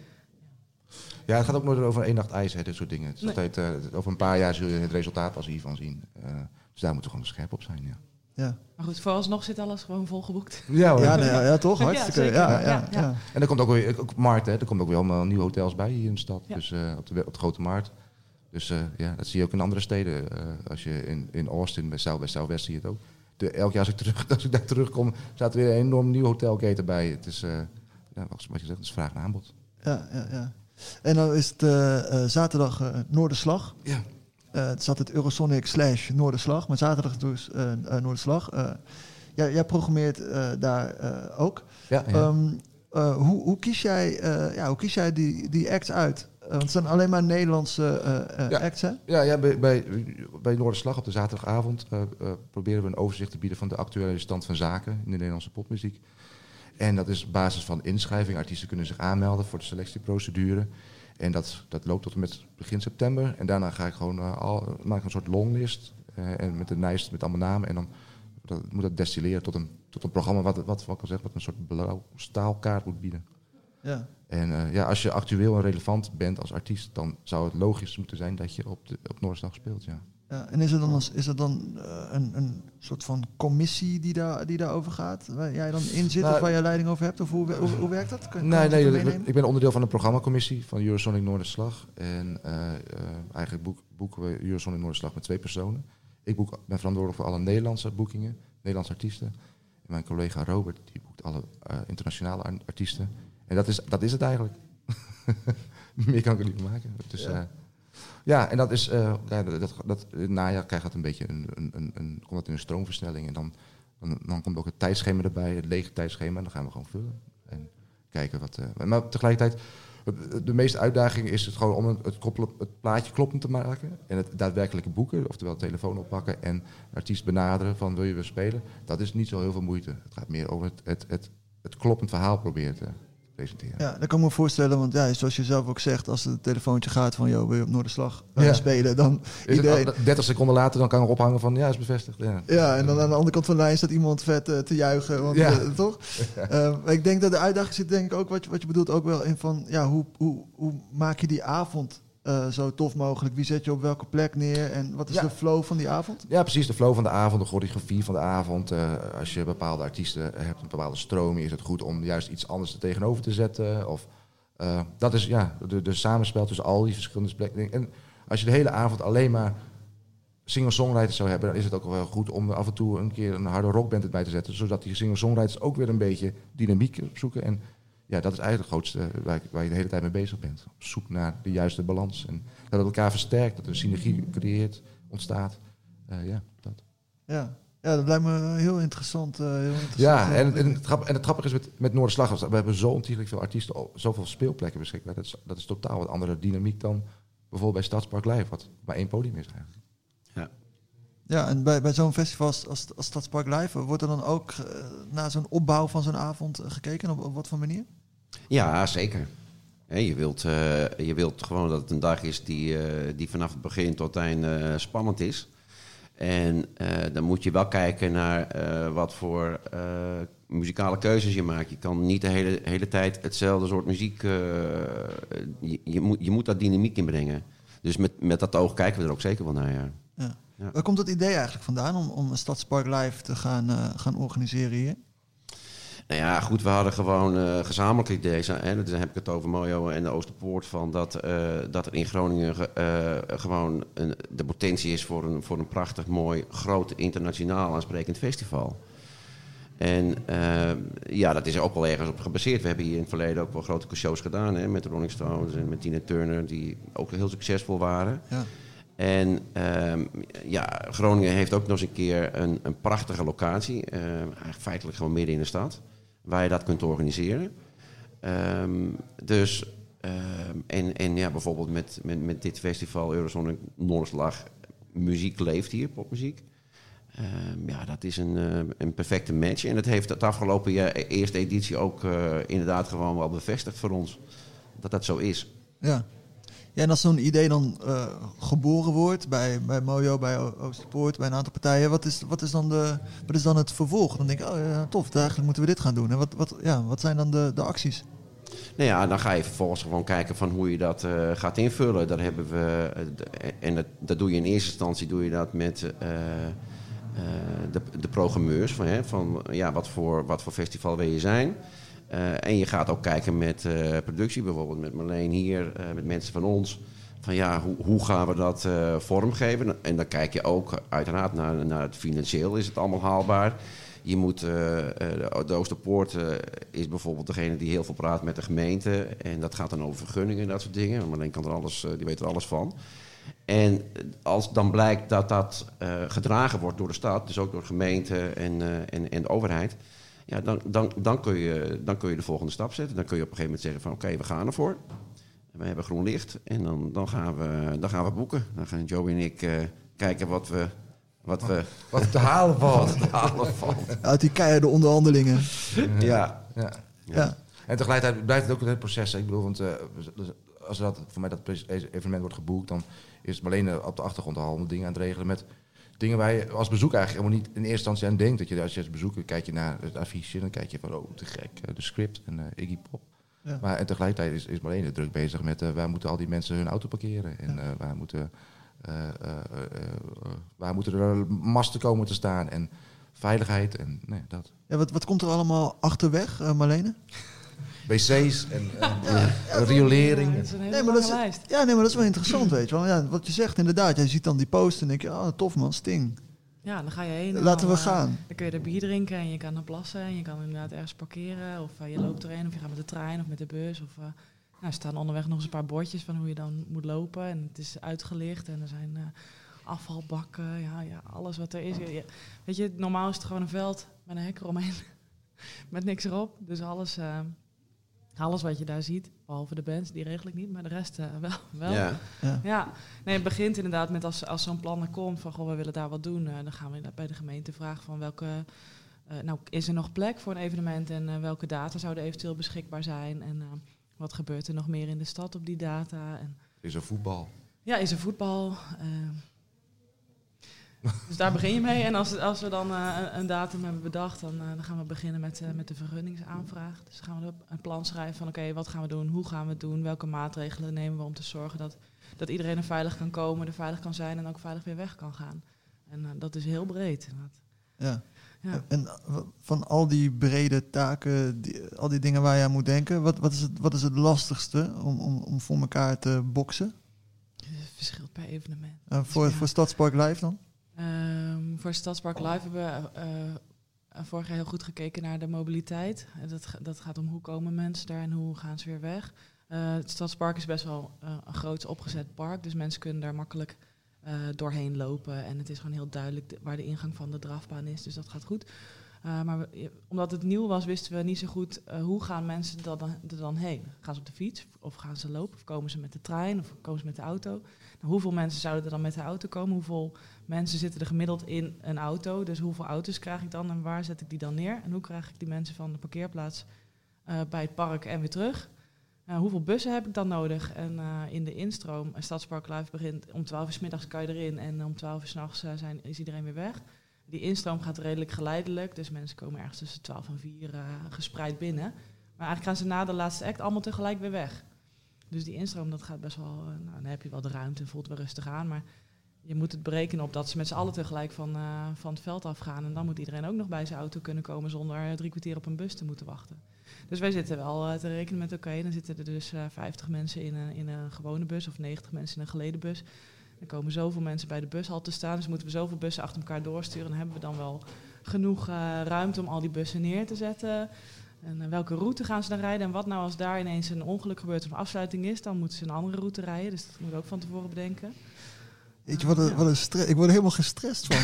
Ja, het gaat ook nooit over één nacht ijs, hè, dit soort dingen. Het is Nee. altijd, uh, over een paar jaar zul je het resultaat pas hiervan zien. Uh, dus daar moeten we gewoon scherp op zijn, ja. Ja, maar goed, vooralsnog zit alles gewoon volgeboekt. Ja, hoor. ja, nee, ja, ja toch? Hartstikke. zeker. Ja, ja, Ja, ja. ja. En er komt ook weer, ook markt, hè. Er komt ook weer allemaal nieuwe hotels bij hier in de stad. Ja. Dus uh, op, de, op de grote markt. Dus uh, ja, dat zie je ook in andere steden. Uh, als je in, in Austin, bij South, bij Southwest zie je het ook. De, elk jaar als ik, terug, als ik daar terugkom, staat er weer een enorm nieuw hotelketen bij. Het is, uh, ja, wat je zegt, het is vraag en aanbod. Ja, ja, ja. En dan is het uh, uh, zaterdag uh, Noorderslag. Ja. Uh, het zat het Eurosonic slash Noorderslag, maar zaterdag dus uh, uh, Noorderslag. Uh, jij, jij programmeert uh, daar uh, ook. Ja, ja. Um, uh, hoe, hoe kies jij, uh, ja, hoe kies jij die, die acts uit? Uh, want het zijn alleen maar Nederlandse uh, uh, Ja. acts, hè? Ja, ja bij, bij, bij Noorderslag op de zaterdagavond uh, uh, proberen we een overzicht te bieden van de actuele stand van zaken in de Nederlandse popmuziek. En dat is op basis van inschrijving. Artiesten kunnen zich aanmelden voor de selectieprocedure. En dat, dat loopt tot en met begin september. En daarna ga ik gewoon uh, al, maak ik een soort longlist. Uh, en met een lijst met allemaal namen. En dan dat, moet dat destilleren tot een, tot een programma wat, wat, wat, kan zeggen, wat een soort blauw staalkaart moet bieden. Ja. En uh, ja, als je actueel en relevant bent als artiest, dan zou het logisch moeten zijn dat je op, de, op Noorderslag speelt. Ja. Ja, en is er dan, als, is er dan uh, een, een soort van commissie die, daar, die daarover gaat? Waar jij dan in zit Nou, of waar jij leiding over hebt? Of hoe, hoe, hoe werkt dat? Kan, kan Nee, je nee, dat ik, meenemen? ik ben onderdeel van de programmacommissie van Eurosonic Noorderslag. En uh, uh, eigenlijk boek, boeken we Eurosonic Noorderslag met twee personen. Ik boek, ben verantwoordelijk voor alle Nederlandse boekingen, Nederlandse artiesten. En mijn collega Robert, die boekt alle uh, internationale artiesten. En dat is, dat is het eigenlijk. Meer kan ik er niet van maken. Dus, Ja. uh, ja, en dat is, uh, ja, dat, dat, dat, in het najaar krijgt dat een beetje een, een, een, een, komt dat in een stroomversnelling. En dan, dan, dan komt ook het tijdschema erbij, het lege tijdschema. En dan gaan we gewoon vullen. En kijken wat. Uh, maar tegelijkertijd, de meeste uitdaging is het gewoon om het, het, koppelen, het plaatje kloppend te maken. En het daadwerkelijke boeken, oftewel de telefoon oppakken en de artiest benaderen van wil je weer spelen. Dat is niet zo heel veel moeite. Het gaat meer over het, het, het, het kloppend verhaal proberen te presenteren. Ja, dat kan ik me voorstellen, want ja, zoals je zelf ook zegt, als het telefoontje gaat van, joh, wil je op Noorderslag uh, Ja. spelen, dan Is iedereen... het, dertig seconden later dan kan ik ophangen van ja, is bevestigd. Ja. Ja, en dan aan de andere kant van de lijn staat iemand vet uh, te juichen, want, Ja. uh, toch? Uh, maar ik denk dat de uitdaging zit, denk ik ook, wat je, wat je bedoelt, ook wel in van, ja, hoe, hoe, hoe maak je die avond uh, zo tof mogelijk? Wie zet je op welke plek neer en wat is Ja. de flow van die avond? Ja, precies. De flow van de avond, de choreografie van de avond. Uh, als je bepaalde artiesten hebt, een bepaalde stroming, is het goed om juist iets anders er tegenover te zetten. Of, uh, dat is ja, de, de samenspel tussen al die verschillende plekken. En als je de hele avond alleen maar singer-songwriters zou hebben, dan is het ook wel goed om er af en toe een keer een harde rockband erbij te zetten, zodat die singer-songwriters ook weer een beetje dynamiek opzoeken. En ja, dat is eigenlijk het grootste waar, waar je de hele tijd mee bezig bent. Op zoek naar de juiste balans. En dat het elkaar versterkt, dat er een synergie creëert, ontstaat. Uh, ja, dat. Ja. Ja, dat lijkt me heel interessant. Uh, heel interessant. Ja, en, en, het grappige, en het grappige is met, met Noorderslag, we hebben zo ontiegelijk veel artiesten, zoveel speelplekken beschikbaar. Dat is, dat is totaal wat andere dynamiek dan bijvoorbeeld bij Stadspark Live, wat maar één podium is eigenlijk. Ja. Ja, en bij, bij zo'n festival als, als, als Stadspark Live, wordt er dan ook uh, naar zo'n opbouw van zo'n avond uh, gekeken? Op, op wat voor manier? Ja, zeker. He, je, wilt, uh, je wilt gewoon dat het een dag is die, uh, die vanaf het begin tot het einde uh, spannend is. En uh, dan moet je wel kijken naar uh, wat voor uh, muzikale keuzes je maakt. Je kan niet de hele, hele tijd hetzelfde soort muziek... Uh, je, je, moet, je moet daar dynamiek in brengen. Dus met, met dat oog kijken we er ook zeker wel naar, ja. Ja. Ja. Waar komt het idee eigenlijk vandaan om, om een Stadspark Live te gaan, uh, gaan organiseren hier? Nou ja, goed, we hadden gewoon uh, gezamenlijk ideeën. Hè, dan heb ik het over Mojo en de Oosterpoort. Van dat, uh, dat er in Groningen uh, gewoon een, de potentie is voor een, voor een prachtig, mooi, groot, internationaal aansprekend festival. En uh, ja, dat is er ook wel ergens op gebaseerd. We hebben hier in het verleden ook wel grote shows gedaan. Hè, met de Rolling Stones en met Tina Turner, die ook heel succesvol waren. Ja. En um, ja, Groningen heeft ook nog eens een keer een, een prachtige locatie. Uh, eigenlijk feitelijk gewoon midden in de stad. Waar je dat kunt organiseren. Um, dus, um, en, en ja, bijvoorbeeld met, met, met dit festival Eurosonic Noorderslag, muziek leeft hier, popmuziek. Um, ja, dat is een, uh, een perfecte match. En dat heeft het afgelopen jaar, eerste editie ook uh, inderdaad gewoon wel bevestigd voor ons. Dat dat zo is. Ja. Ja, en als zo'n idee dan uh, geboren wordt bij, bij Mojo, bij o- Oosterpoort, bij een aantal partijen, wat is, wat, is dan de, wat is dan het vervolg? Dan denk ik, oh ja, tof, eigenlijk moeten we dit gaan doen. En wat, wat, ja, wat zijn dan de, de acties? Nou ja, dan ga je vervolgens gewoon kijken van hoe je dat uh, gaat invullen. Daar hebben we, uh, en dat, dat doe je in eerste instantie doe je dat met uh, uh, de, de programmeurs. Van, hè, van ja, wat voor, wat voor festival wil je zijn? Uh, en je gaat ook kijken met uh, productie, bijvoorbeeld met Marleen hier, uh, met mensen van ons. Van ja, hoe, hoe gaan we dat uh, vormgeven? En dan kijk je ook uiteraard naar, naar het financieel. Is het allemaal haalbaar? Je moet, uh, de, de Oosterpoort uh, is bijvoorbeeld degene die heel veel praat met de gemeente. En dat gaat dan over vergunningen en dat soort dingen. Marleen kan er alles, uh, die weet er alles van. En als dan blijkt dat dat uh, gedragen wordt door de stad, dus ook door de gemeente en, uh, en, en de overheid. Ja, dan, dan, dan, kun je, dan kun je de volgende stap zetten. Dan kun je op een gegeven moment zeggen van oké, okay, we gaan ervoor. We hebben groen licht en dan, dan, gaan, we, dan gaan we boeken. Dan gaan Joey en ik uh, kijken wat we... Wat, we, wat te halen valt. Wat te halen valt. Uit die keiharde onderhandelingen. Ja. Ja. Ja. Ja. En tegelijkertijd blijft het ook het proces. Ik bedoel, want uh, als er dat, voor mij dat evenement wordt geboekt, dan is Marleen op de achtergrond al honderd dingen aan het regelen met dingen waar je als bezoeker eigenlijk helemaal niet in eerste instantie aan denkt. Dat je als je als bezoeker kijk je naar het affiche, dan kijk je van oh, te gek, de script en uh, Iggy Pop. Ja. Maar en tegelijkertijd is, is Marleen druk bezig met uh, waar moeten al die mensen hun auto parkeren en uh, waar moeten uh, uh, uh, uh, waar moeten er masten komen te staan en veiligheid en nee, dat. Ja, wat, wat komt er allemaal achterweg, uh, Marlene? wc's en uh, ja, ja, riolering. Ja, dat is een hele nee, maar dat is, lijst. ja, nee, maar dat is wel interessant, weet je wel. Ja, wat je zegt, inderdaad. Jij ziet dan die post en denk je, oh, tof man, Sting. Ja, dan ga je heen. Laten dan, we uh, gaan. Dan kun je er bier drinken en je kan er plassen. En je kan inderdaad ergens parkeren. Of uh, je loopt erheen of je gaat met de trein of met de bus. Of, uh, nou, er staan onderweg nog eens een paar bordjes van hoe je dan moet lopen. En het is uitgelicht en er zijn uh, afvalbakken. Ja, ja, alles wat er is. Ja, weet je, normaal is het gewoon een veld met een hek eromheen. Met niks erop. Dus alles... Uh, Alles wat je daar ziet, behalve de bands, die regel ik niet, maar de rest uh, wel. wel. Ja. Ja. Ja. Nee, het begint inderdaad met als, als zo'n plan er komt van, goh, we willen daar wat doen. Uh, dan gaan we bij de gemeente vragen van welke, uh, nou, is er nog plek voor een evenement en uh, welke data zouden eventueel beschikbaar zijn. En uh, wat gebeurt er nog meer in de stad op die data. En, is er voetbal? Ja, is er voetbal. Uh, Dus daar begin je mee. En als, als we dan uh, een datum hebben bedacht, dan, uh, dan gaan we beginnen met, uh, met de vergunningsaanvraag. Dus dan gaan we een plan schrijven van oké, okay, wat gaan we doen, hoe gaan we het doen, welke maatregelen nemen we om te zorgen dat, dat iedereen er veilig kan komen, er veilig kan zijn en ook veilig weer weg kan gaan. En uh, dat is heel breed. Ja. Ja. En van al die brede taken, die, al die dingen waar je aan moet denken, wat, wat, is, het, wat is het lastigste om, om, om voor elkaar te boksen? Het verschilt per evenement. Uh, voor, dus ja. voor Stadspark Live dan? Um, voor Stadspark Live hebben we uh, vorig jaar heel goed gekeken naar de mobiliteit. Dat, dat gaat om hoe komen mensen daar en hoe gaan ze weer weg. Uh, het Stadspark is best wel uh, een groot opgezet park, dus mensen kunnen daar makkelijk uh, doorheen lopen. En het is gewoon heel duidelijk de, waar de ingang van de drafbaan is, dus dat gaat goed. Uh, maar we, omdat het nieuw was, wisten we niet zo goed uh, hoe gaan mensen er dan, er dan heen. Gaan ze op de fiets of gaan ze lopen of komen ze met de trein of komen ze met de auto? Nou, hoeveel mensen zouden er dan met de auto komen? Hoeveel mensen zitten er gemiddeld in een auto? Dus hoeveel auto's krijg ik dan en waar zet ik die dan neer? En hoe krijg ik die mensen van de parkeerplaats uh, bij het park en weer terug? Uh, hoeveel bussen heb ik dan nodig? En uh, in de instroom, uh, Stadspark Live begint om twaalf uur 's middags kan je erin en om twaalf uur 's nachts uh, zijn, is iedereen weer weg. Die instroom gaat redelijk geleidelijk, dus mensen komen ergens tussen twaalf en vier uh, gespreid binnen. Maar eigenlijk gaan ze na de laatste act allemaal tegelijk weer weg. Dus die instroom, dat gaat best wel, uh, nou, dan heb je wel de ruimte en voelt wel rustig aan. Maar je moet het berekenen op dat ze met z'n allen tegelijk van, uh, van het veld afgaan. En dan moet iedereen ook nog bij zijn auto kunnen komen zonder uh, drie kwartier op een bus te moeten wachten. Dus wij zitten wel uh, te rekenen met oké, okay, dan zitten er dus uh, vijftig mensen in een, in een gewone bus of negentig mensen in een geleden bus. Er komen zoveel mensen bij de bushal te staan, dus moeten we zoveel bussen achter elkaar doorsturen. Dan hebben we dan wel genoeg uh, ruimte om al die bussen neer te zetten. En uh, welke route gaan ze dan rijden? En wat nou als daar ineens een ongeluk gebeurt of een afsluiting is, dan moeten ze een andere route rijden. Dus dat moeten we ook van tevoren bedenken. Weet je, wat een, wat een stress. Ik word er helemaal gestrest van.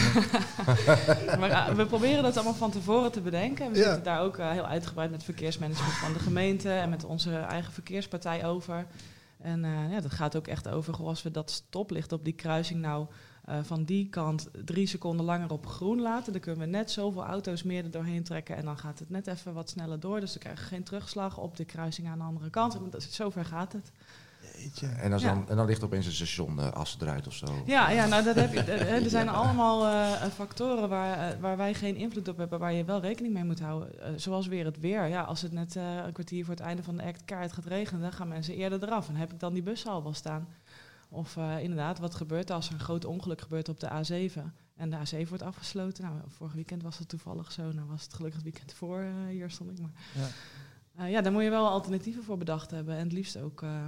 Maar uh, we proberen dat allemaal van tevoren te bedenken. We Ja. zitten daar ook uh, heel uitgebreid met het verkeersmanagement van de gemeente en met onze eigen verkeerspartij over. En uh, ja, dat gaat ook echt over, goh, als we dat stoplicht op die kruising nou uh, van die kant drie seconden langer op groen laten, dan kunnen we net zoveel auto's meer er doorheen trekken en dan gaat het net even wat sneller door. Dus we krijgen geen terugslag op de kruising aan de andere kant. Dat is, zover gaat het. Jeetje. En, als Ja. dan, en dan ligt er opeens een station uh, as eruit of zo. Ja, ja, nou dat heb je. Er er zijn allemaal uh, factoren waar, uh, waar wij geen invloed op hebben, waar je wel rekening mee moet houden. Uh, zoals weer het weer. Ja, als het net uh, een kwartier voor het einde van de act keihard gaat regenen, dan gaan mensen eerder eraf. En heb ik dan die bussen al wel staan. Of uh, inderdaad, wat gebeurt als er een groot ongeluk gebeurt op de A zeven en de A zeven wordt afgesloten. Nou, vorig weekend was het toevallig zo. Nou was het gelukkig het weekend voor, uh, hier stond ik maar. Ja. Uh, ja, daar moet je wel alternatieven voor bedacht hebben. En het liefst ook uh,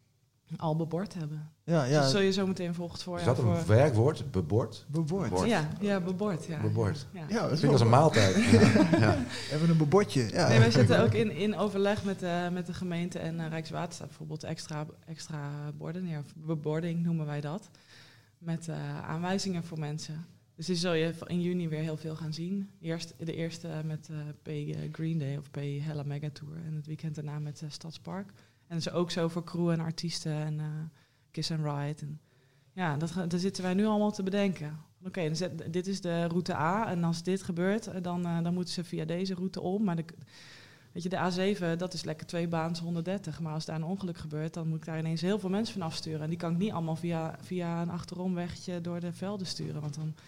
al bebord hebben. Ja, ja. Dus zul je zo meteen volgt voor. Is ja, dat een voor werkwoord? Bebord? Bebord. Bebord. Ja, ja, bebord. Ja. Bebord. Ja. Ja, dat Dat klinkt als een maaltijd. Ja. Ja. Even een bebordje. Ja. Nee, wij zitten ook in, in overleg met, uh, met de gemeente en uh, Rijkswaterstaat bijvoorbeeld extra, extra borden neer. Of bebording noemen wij dat. Met uh, aanwijzingen voor mensen. Dus die zul je in juni weer heel veel gaan zien. Eerst de eerste met uh, P Green Day of P Hella Mega Tour. En het weekend daarna met uh, Stadspark. En dat is ook zo voor crew en artiesten en uh, Kiss and Ride. En ja, dat, daar zitten wij nu allemaal te bedenken. Oké, okay, dus dit is de route A. En als dit gebeurt, dan, uh, dan moeten ze via deze route om. Maar de, weet je, de A zeven, dat is lekker twee baans honderddertig. Maar als daar een ongeluk gebeurt, dan moet ik daar ineens heel veel mensen van afsturen. En die kan ik niet allemaal via, via een achteromwegje door de velden sturen. Want dan,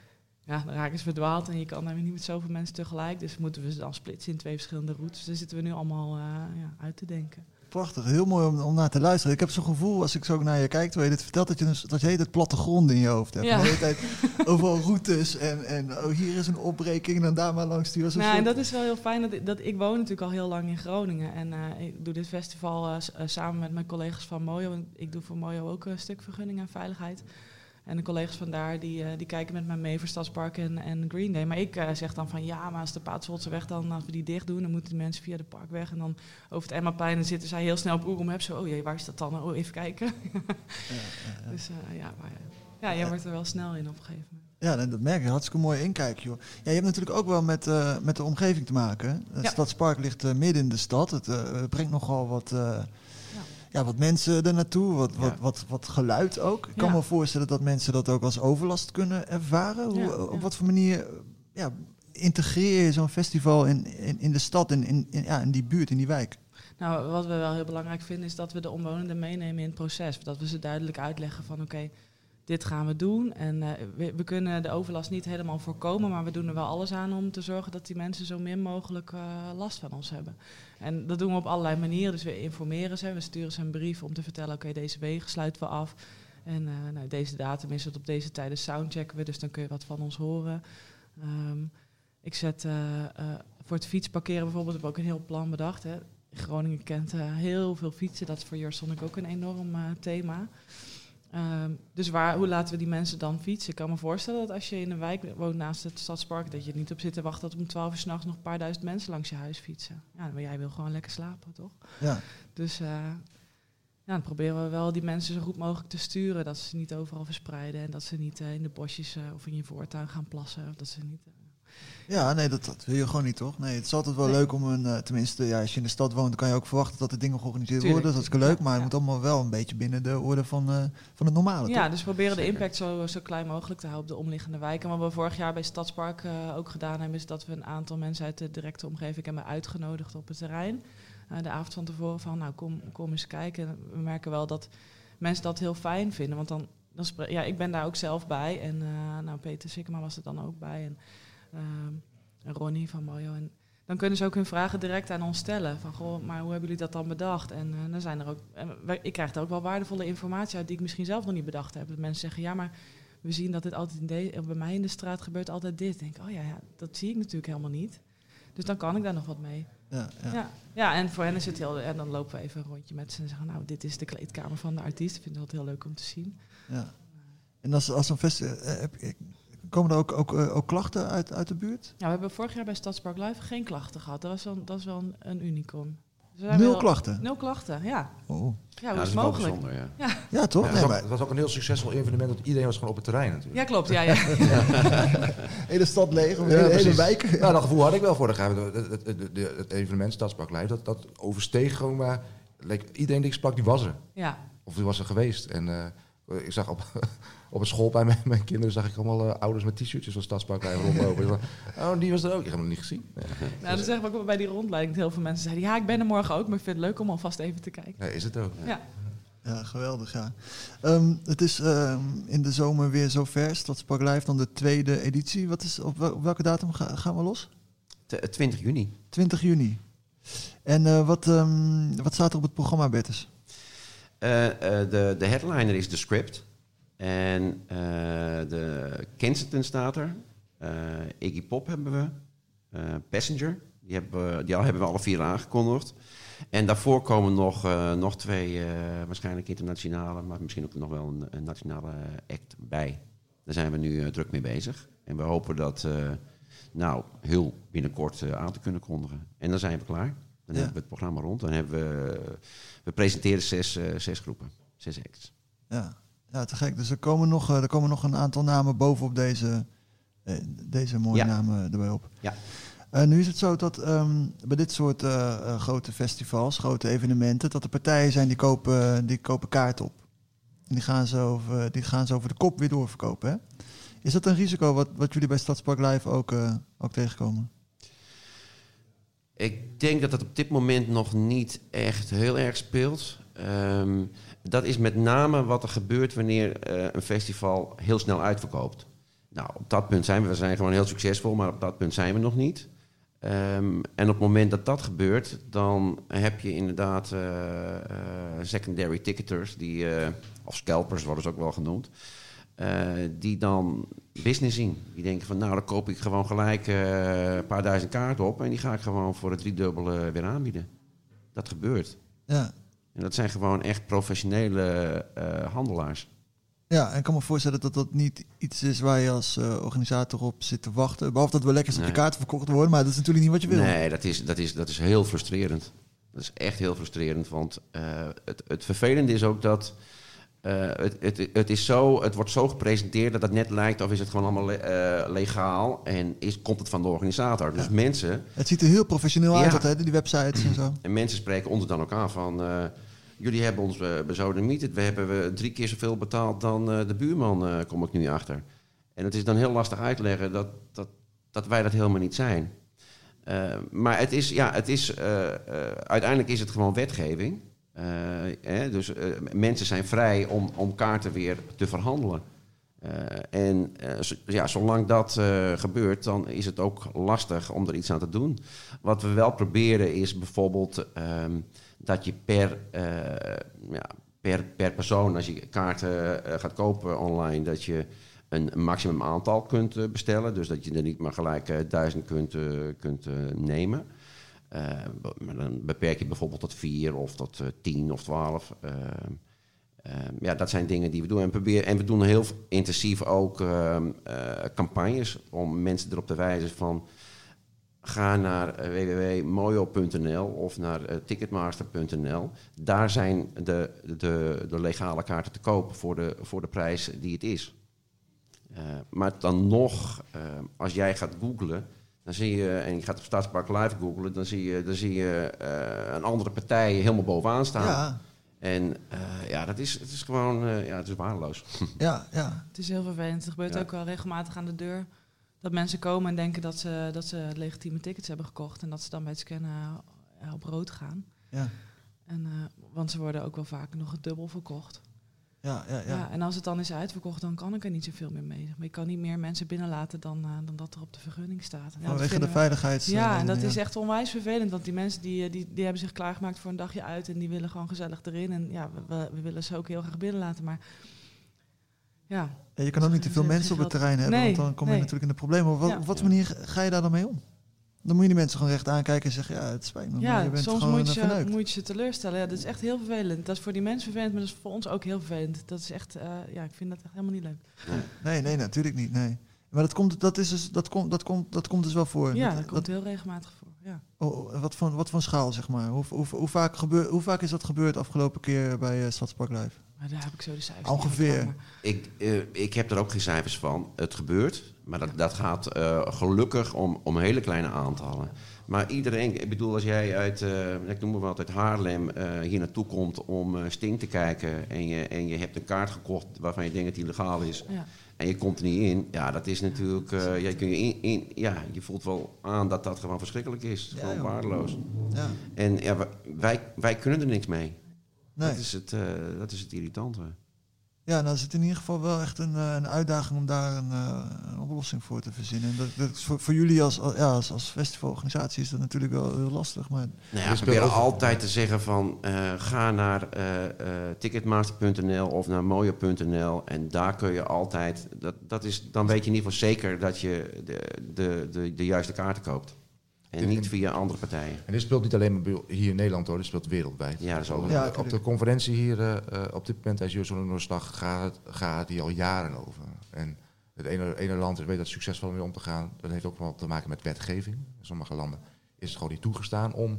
ja, dan raken ze verdwaald en je kan daar niet met zoveel mensen tegelijk. Dus moeten we ze dan splitsen in twee verschillende routes. Dus daar zitten we nu allemaal uh, ja, uit te denken. Prachtig, heel mooi om, om naar te luisteren. Ik heb zo'n gevoel, als ik zo naar je kijk, terwijl je dit vertelt, dat je, dus, dat je heet het plattegrond in je hoofd hebt. Ja. De hele tijd overal routes en, en oh, hier is een opbreking en dan daar maar langs sturen. Nou, soort... en dat is wel heel fijn. Dat ik, dat ik woon natuurlijk al heel lang in Groningen. En uh, ik doe dit festival uh, s- uh, samen met mijn collega's van Mojo. Ik doe voor Mojo ook een stuk vergunning en veiligheid. En de collega's van daar, die, uh, die kijken met mij mee voor Stadspark en, en Green Day. Maar ik uh, zeg dan van, ja, maar als de Paatswoldse dan, als we die dicht doen, dan moeten de mensen via de Parkweg. En dan over het Emmaplein, dan zitten zij heel snel op Google Maps. Zo, oh jee, waar is dat dan? Oh, even kijken. ja, ja, ja. Dus uh, ja, maar, ja, jij wordt er wel snel in op een gegeven moment. Ja, dat merk je. Hartstikke mooi inkijk, joh. Ja, je hebt natuurlijk ook wel met, uh, met de omgeving te maken. Het Ja. Stadspark ligt uh, midden in de stad. Het uh, brengt nogal wat... Uh, Ja, wat mensen er naartoe, wat, wat, Ja. wat, wat geluid ook. Ik kan Ja. me voorstellen dat mensen dat ook als overlast kunnen ervaren. Hoe, Ja, op ja. wat voor manier ja, integreer je zo'n festival in, in, in de stad, in, in, in, ja, in die buurt, in die wijk? Nou, wat we wel heel belangrijk vinden is dat we de omwonenden meenemen in het proces. Dat we ze duidelijk uitleggen van oké, okay, dit gaan we doen. En uh, we, we kunnen de overlast niet helemaal voorkomen, maar we doen er wel alles aan om te zorgen dat die mensen zo min mogelijk uh, last van ons hebben. En dat doen we op allerlei manieren. Dus we informeren ze, we sturen ze een brief om te vertellen, oké, okay, deze wegen sluiten we af. En uh, nou, deze datum is het op deze tijden soundchecken we, dus dan kun je wat van ons horen. Um, ik zet uh, uh, voor het fietsparkeren bijvoorbeeld, heb ik ook een heel plan bedacht. Hè. Groningen kent uh, heel veel fietsen, dat is voor Eurosonic ook een enorm uh, thema. Um, dus waar, hoe laten we die mensen dan fietsen? Ik kan me voorstellen dat als je in een wijk woont naast het Stadspark, dat je er niet op zit te wachten dat om twaalf uur 's nachts nog een paar duizend mensen langs je huis fietsen. Ja, maar jij wil gewoon lekker slapen, toch? Ja. Dus uh, ja, dan proberen we wel die mensen zo goed mogelijk te sturen, dat ze niet overal verspreiden en dat ze niet uh, in de bosjes uh, of in je voortuin gaan plassen. Of dat ze niet... Uh, Ja, nee, dat, dat wil je gewoon niet, toch? Nee, het is altijd wel Nee. leuk om een... Uh, tenminste, ja, als je in de stad woont, dan kan je ook verwachten dat er dingen georganiseerd Tuurlijk. worden. Dat is hartstikke leuk, maar het Ja. moet allemaal wel een beetje binnen de orde van, uh, van het normale, Ja, toch? dus we proberen Zeker. de impact zo, zo klein mogelijk te houden op de omliggende wijken. Wat we vorig jaar bij Stadspark uh, ook gedaan hebben, is dat we een aantal mensen uit de directe omgeving hebben uitgenodigd op het terrein. Uh, de avond van tevoren van, nou, kom, kom eens kijken. En we merken wel dat mensen dat heel fijn vinden, want dan, dan spre- ja, ik ben daar ook zelf bij. En uh, nou, Peter Sikkema was er dan ook bij. En, uh, en Ronnie van Mojo. En dan kunnen ze ook hun vragen direct aan ons stellen. Van, goh, maar hoe hebben jullie dat dan bedacht? En uh, dan zijn er ook... En wij- ik krijg er ook wel waardevolle informatie uit die ik misschien zelf nog niet bedacht heb. Dat mensen zeggen, ja, maar we zien dat dit altijd in de, bij mij in de straat gebeurt altijd dit. Dan denk ik, oh ja, ja, dat zie ik natuurlijk helemaal niet. Dus dan kan ik daar nog wat mee. Ja, ja. Ja, ja, en voor hen is het heel... En dan lopen we even een rondje met ze en zeggen, nou, dit is de kleedkamer van de artiest. Ik vind het altijd heel leuk om te zien. Ja. En als, als zo'n festival... Uh, heb je- komen er ook, ook, uh, ook klachten uit, uit de buurt? Ja, we hebben vorig jaar bij Stadspark Live geen klachten gehad. Dat, was wel, dat is wel een, een unicum. Dus we zijn Nul wel- klachten? Nul klachten, ja. Oh. Ja, hoe Ja, is dat het is wel mogelijk? bijzonder, ja. Ja, Ja, toch? Ja, het, Nee, was maar ook, het was ook een heel succesvol evenement, want iedereen was gewoon op het terrein natuurlijk. ja klopt. Ja, ja. hele stad leeg, of Ja, hele, hele precies. wijk. Nou, dat gevoel had ik wel vorig jaar. Het, het, het, het, het evenement Stadspark Live, dat, dat oversteeg gewoon maar... Leek, iedereen die ik sprak, die was er. ja. Of die was er geweest. En uh, ik zag op, op het school bij mijn, mijn kinderen, zag ik allemaal uh, ouders met t-shirtjes van Stadspark Live rondlopen. Ik dacht, oh, die was er ook. Ik heb hem nog niet gezien. Nee. Nou, dat zeggen we ook wel bij die rondleiding. Dat heel veel mensen zeiden, ja, ik ben er morgen ook, maar ik vind het leuk om alvast even te kijken. Ja, is het ook. Ja. Ja, geweldig, ja. Um, het is um, in de zomer weer zo ver. Stadspark Live, dan de tweede editie. Wat is, op, wel, op welke datum ga, gaan we los? twintig juni. twintig juni. En uh, wat, um, wat staat er op het programma, Bertus? Uh, uh, de, de headliner is The Script. En uh, de Kensington staat er. Uh, Iggy Pop hebben we. Uh, Passenger. Die hebben, die al hebben we alle vier aangekondigd. En daarvoor komen nog, uh, nog twee, uh, waarschijnlijk internationale, maar misschien ook nog wel een, een nationale act bij. Daar zijn we nu uh, druk mee bezig. En we hopen dat uh, nou, heel binnenkort uh, aan te kunnen kondigen. En dan zijn we klaar. Dan ja. hebben we het programma rond. Dan hebben we, uh, we presenteren zes, uh, zes groepen, zes acts. Ja, ja, te gek. Dus er komen nog, uh, er komen nog een aantal namen bovenop deze, uh, deze mooie ja. namen erbij op. Ja. Uh, nu is het zo dat um, bij dit soort uh, uh, grote festivals, grote evenementen, dat er partijen zijn die kopen, die kopen kaarten op. En die gaan ze over, die gaan ze over de kop weer doorverkopen. Hè? Is dat een risico wat, wat jullie bij Stadspark Live ook, uh, ook tegenkomen? Ik denk dat dat op dit moment nog niet echt heel erg speelt. Um, dat is met name wat er gebeurt wanneer uh, een festival heel snel uitverkoopt. Nou, op dat punt zijn we, we zijn gewoon heel succesvol, maar op dat punt zijn we nog niet. Um, en op het moment dat dat gebeurt, dan heb je inderdaad uh, uh, secondary ticketers, die, uh, of scalpers worden ze ook wel genoemd, uh, die dan business zien. Die denken van, nou, dan koop ik gewoon gelijk uh, een paar duizend kaarten op en die ga ik gewoon voor het driedubbele weer aanbieden. Dat gebeurt. Ja. En dat zijn gewoon echt professionele uh, handelaars. Ja, en ik kan me voorstellen dat dat niet iets is waar je als uh, organisator op zit te wachten. Behalve dat we lekker nee. op je kaarten verkocht worden, maar dat is natuurlijk niet wat je wil. Nee, dat is, dat is, dat is heel frustrerend. Dat is echt heel frustrerend, want uh, het, het vervelende is ook dat uh, het, het, het, is zo, het wordt zo gepresenteerd dat het net lijkt of is het gewoon allemaal le- uh, legaal en is, komt het van de organisator. Dus ja. mensen... Het ziet er heel professioneel ja. uit, hè, die websites en zo. En mensen spreken ons dan ook aan van... Uh, jullie hebben ons uh, bezodemieterd. We hebben we drie keer zoveel betaald dan uh, de buurman, uh, kom ik nu achter. En het is dan heel lastig uitleggen dat, dat, dat wij dat helemaal niet zijn. Uh, maar het is, ja, het is, uh, uh, uiteindelijk is het gewoon wetgeving. Uh, hè, dus uh, mensen zijn vrij om, om kaarten weer te verhandelen. Uh, en uh, zo, ja, zolang dat uh, gebeurt, dan is het ook lastig om er iets aan te doen. Wat we wel proberen is bijvoorbeeld... Um, dat je per, uh, ja, per, per persoon, als je kaarten uh, gaat kopen online, dat je een, een maximum aantal kunt uh, bestellen. Dus dat je er niet maar gelijk uh, duizend kunt, uh, kunt uh, nemen. Uh, maar dan beperk je bijvoorbeeld tot vier of tot uh, tien of twaalf. Uh, uh, ja, dat zijn dingen die we doen. En, probeer, en we doen heel intensief ook uh, uh, campagnes om mensen erop te wijzen van... Ga naar w w w punt mojo punt n l of naar uh, ticketmaster punt n l. Daar zijn de, de, de legale kaarten te kopen voor de, voor de prijs die het is. Uh, maar dan nog, uh, als jij gaat googlen, dan zie je, en je gaat op Stadspark Live googlen, dan zie je, dan zie je uh, een andere partij helemaal bovenaan staan. Ja. En uh, ja, dat is, het is gewoon, uh, ja, het is waardeloos. Ja, ja. Het is heel vervelend. Het gebeurt ja. ook wel regelmatig aan de deur. Dat mensen komen en denken dat ze, dat ze legitieme tickets hebben gekocht... en dat ze dan bij het scannen uh, op rood gaan. Ja. En, uh, want ze worden ook wel vaak nog dubbel verkocht. Ja, ja, ja. ja, en als het dan is uitverkocht, dan kan ik er niet zoveel meer mee. Maar je kan niet meer mensen binnenlaten dan, uh, dan dat er op de vergunning staat. Ja, Vanwege de veiligheids... Ja, en dat ja. is echt onwijs vervelend. Want die mensen die, die, die hebben zich klaargemaakt voor een dagje uit... en die willen gewoon gezellig erin. En ja, we, we willen ze ook heel graag binnenlaten, maar... Ja. Ja, je kan ook niet te veel mensen op het terrein hebben, nee, want dan kom je nee. natuurlijk in de problemen. Op wat, ja. wat manier ga je daar dan mee om? Dan moet je die mensen gewoon recht aankijken en zeggen, ja, het spijt me, ja, maar je bent soms gewoon moet je, verneukt. moet je ze teleurstellen. Ja, dat is echt heel vervelend. Dat is voor die mensen vervelend, maar dat is voor ons ook heel vervelend. Dat is echt, uh, ja, ik vind dat echt helemaal niet leuk. Nee, nee, natuurlijk niet, nee. Maar dat komt, dat is dus, dat komt, dat komt, dat komt dus wel voor. Ja, dat, dat komt heel regelmatig voor. Ja. Oh, wat voor, wat voor schaal, zeg maar? Hoe, hoe, hoe, vaak gebeur, hoe vaak is dat gebeurd afgelopen keer bij uh, Stadspark Live? Maar daar heb ik zo de cijfers. Ongeveer. Van, ik, uh, ik heb er ook geen cijfers van. Het gebeurt, maar dat, dat gaat uh, gelukkig om, om hele kleine aantallen. Maar iedereen, ik bedoel, als jij uit, uh, ik noem maar wat, uit Haarlem uh, hier naartoe komt om uh, Sting te kijken en je, en je hebt een kaart gekocht waarvan je denkt dat die illegaal is ja. en je komt er niet in, ja, dat is natuurlijk, uh, ja, kun je, in, in, ja, je voelt wel aan dat dat gewoon verschrikkelijk is. Ja, gewoon joh. waardeloos. Ja. En ja, wij, wij kunnen er niks mee. Nee. Dat is het, uh, dat is het irritante. Ja, nou is het in ieder geval wel echt een, uh, een uitdaging om daar een, uh, een oplossing voor te verzinnen. En dat, dat is voor, voor jullie als, ja, als, als festivalorganisatie is dat natuurlijk wel heel lastig. Maar nou ja, we proberen altijd te zeggen van uh, ga naar uh, uh, ticketmaster punt n l of naar mooie punt n l en daar kun je altijd, dat, dat is, dan weet je in ieder geval zeker dat je de, de, de, de juiste kaarten koopt. En niet via andere partijen. En dit speelt niet alleen maar hier in Nederland hoor, dit speelt wereldwijd. Ja, dat is ook. Ja, op de conferentie hier uh, op dit moment tijdens Eurozonic Noorderslag gaat, gaat die al jaren over. En het ene, ene land weet dat succesvol mee om te gaan. Dat heeft ook wel te maken met wetgeving. In sommige landen is het gewoon niet toegestaan om,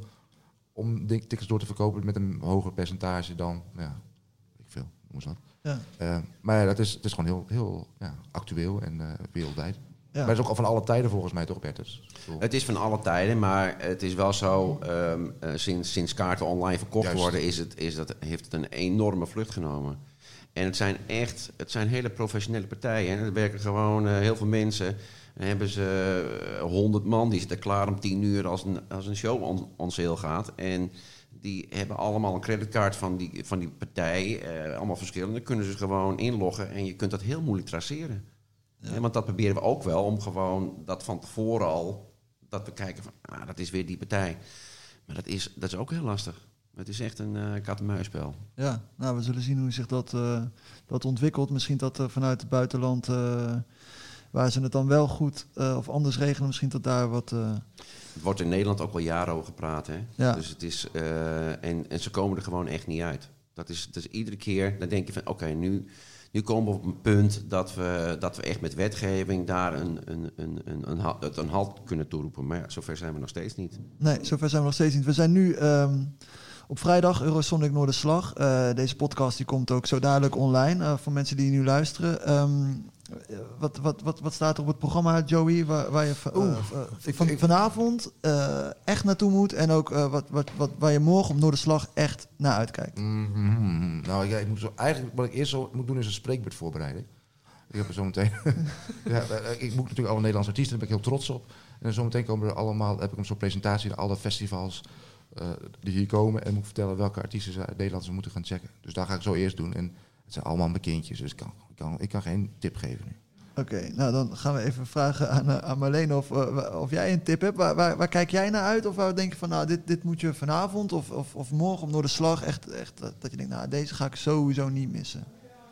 om tickets door te verkopen met een hoger percentage dan, ja, ik veel, noem eens wat. Ja. Uh, maar ja, dat is, het is gewoon heel, heel ja, actueel en uh, wereldwijd. Ja. Maar het is ook al van alle tijden volgens mij toch, Bertus? Het is van alle tijden, maar het is wel zo, um, uh, sinds, sinds kaarten online verkocht Juist. worden, is het, is dat, heeft het een enorme vlucht genomen. En het zijn echt, het zijn hele professionele partijen. En er werken gewoon uh, heel veel mensen. Dan hebben ze honderd uh, man, die zitten klaar om tien uur als een, als een show on, on sale gaat. En die hebben allemaal een creditcard van die, van die partij, uh, allemaal verschillende. Dan kunnen ze gewoon inloggen en je kunt dat heel moeilijk traceren. Ja. Ja, want dat proberen we ook wel, om gewoon dat van tevoren al, dat we kijken van, ah, dat is weer die partij. Maar dat is, dat is ook heel lastig. Het is echt een uh, kat-en-muisspel. Ja, nou, we zullen zien hoe zich dat, uh, dat ontwikkelt. Misschien dat uh, vanuit het buitenland, uh, waar ze het dan wel goed uh, of anders regelen, misschien dat daar wat... Uh... Het wordt in Nederland ook al jaren over gepraat, hè? Ja. Dus het is, uh, en, en ze komen er gewoon echt niet uit. Dat is, dat is iedere keer, dan denk je van, oké, okay, nu... Nu komen we op een punt dat we, dat we echt met wetgeving daar een, een, een, een, een, een halt kunnen toeroepen. Maar ja, zover zijn we nog steeds niet. Nee, zover zijn we nog steeds niet. We zijn nu um, op vrijdag, Eurosonic Noorderslag. Uh, deze podcast die komt ook zo dadelijk online uh, voor mensen die nu luisteren. Um, wat, wat, wat, wat staat er op het programma, Joey, waar, waar je uh, uh, van, vanavond uh, echt naartoe moet en ook uh, wat, wat, wat, waar je morgen op Noorderslag echt naar uitkijkt? Mm-hmm. Nou, ja, ik moet zo, eigenlijk wat ik eerst zo moet doen is een spreekbeurt voorbereiden. Ik heb er zo meteen. ja, ik moet natuurlijk alle Nederlandse artiesten, daar ben ik heel trots op. En zo meteen komen er allemaal, heb ik een soort presentatie naar alle festivals uh, die hier komen en moet ik vertellen welke artiesten ze uit Nederland ze moeten gaan checken. Dus daar ga ik zo eerst doen. En het zijn allemaal bekendjes, dus ik kan, ik kan, ik kan geen tip geven nu. Oké, okay, nou dan gaan we even vragen aan, uh, aan Marleen of, uh, of jij een tip hebt. Waar, waar, waar kijk jij naar uit? Of waar denk je van, nou, dit, dit moet je vanavond of, of, of morgen op Noorderslag echt, echt uh, dat je denkt, nou, deze ga ik sowieso niet missen.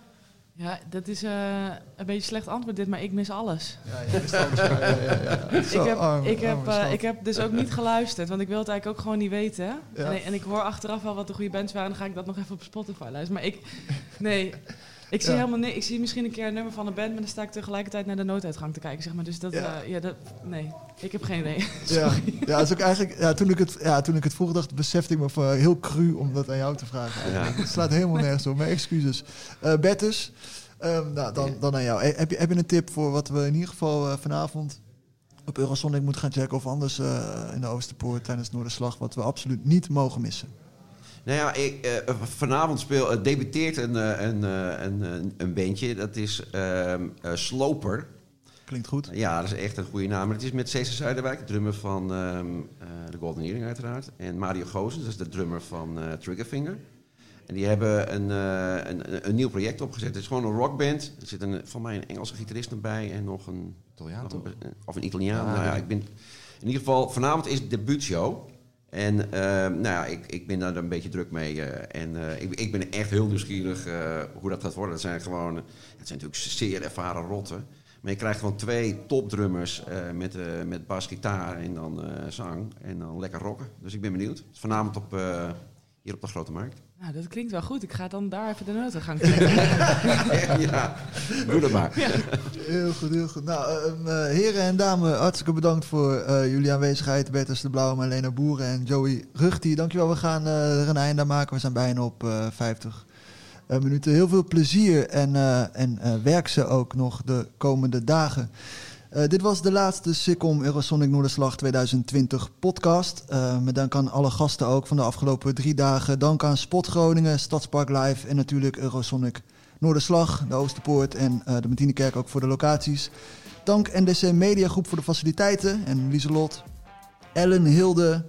Ja, dat is uh, een beetje slecht antwoord dit, maar ik mis alles. Ja, ja, alles. ja, ja, ja, ja. Zo, ik, heb, arm, ik, heb, arm, uh, ik heb dus ook niet geluisterd, want ik wil het eigenlijk ook gewoon niet weten. Hè? Ja. En, en ik hoor achteraf wel wat de goede bands waren, en dan ga ik dat nog even op Spotify luisteren. Maar ik, nee... Ik zie ja. helemaal nee, ik zie misschien een keer een nummer van een band, maar dan sta ik tegelijkertijd naar de nooduitgang te kijken, zeg maar. Dus dat, ja, uh, ja dat, nee, ik heb geen idee. Ja, ja, dat is ook eigenlijk, ja, toen ik het, ja, toen ik het vroeg dacht, besefte ik me van heel cru om dat aan jou te vragen. Ja. Het slaat helemaal nergens op, mijn excuses. Uh, Bertus, um, nou, dan, dan aan jou. Heb je, heb je een tip voor wat we in ieder geval uh, vanavond op Eurosonic moeten gaan checken of anders uh, in de Oosterpoort tijdens Noorderslag, wat we absoluut niet mogen missen? Nou ja, ik, uh, vanavond speel, uh, debuteert een, uh, een, uh, een, een, een bandje. Dat is uh, uh, Sloper. Klinkt goed. Ja, dat is echt een goede naam. Maar het is met Cesar Zuiderwijk, de drummer van uh, uh, de Golden Earring uiteraard. En Mario Gozens, dat is de drummer van uh, Triggerfinger. En die hebben een, uh, een, een nieuw project opgezet. Het is gewoon een rockband. Er zit een, van mij een Engelse gitarist erbij en nog een Italiaan. Of een, of een Italiaan. Ja, nou ja, ik ben, in ieder geval, vanavond is de debuutshow. En uh, nou ja, ik, ik ben daar een beetje druk mee. Uh, en uh, ik, ik ben echt heel nieuwsgierig uh, hoe dat gaat worden. Het zijn gewoon, het zijn natuurlijk zeer ervaren rotten. Maar je krijgt gewoon twee topdrummers uh, met, uh, met bas, gitaar en dan uh, zang. En dan lekker rocken. Dus ik ben benieuwd. Het is vanavond op, uh, hier op de Grote Markt. Nou, dat klinkt wel goed. Ik ga dan daar even de notengang checken. Ja, doe dat maar. Ja. Heel goed, heel goed. Nou, uh, uh, heren en dames, hartstikke bedankt voor uh, jullie aanwezigheid. Bertus de Blauw, Marlena Boeren en Joey Rugti. Dankjewel, we gaan uh, er een einde aan maken. We zijn bijna op uh, vijftig uh, minuten. Heel veel plezier en, uh, en uh, werk ze ook nog de komende dagen. Uh, dit was de laatste SICOM Eurosonic Noorderslag tweeduizend twintig podcast. Uh, met dank aan alle gasten ook van de afgelopen drie dagen. Dank aan Spot Groningen, Stadspark Live en natuurlijk Eurosonic Noorderslag, de Oosterpoort en uh, de Martinikerk ook voor de locaties. Dank N D C Media Groep voor de faciliteiten en Lieselot, Ellen, Hilde,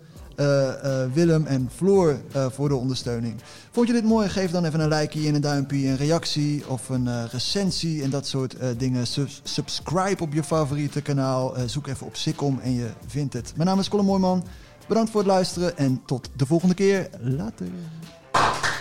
uh, uh, Willem en Floor uh, voor de ondersteuning. Vond je dit mooi? Geef dan even een likeje en een duimpje, een reactie of een uh, recensie en dat soort uh, dingen. Sub- subscribe op je favoriete kanaal. Uh, zoek even op Sikkom en je vindt het. Mijn naam is Colin Mooijman. Bedankt voor het luisteren en tot de volgende keer. Later.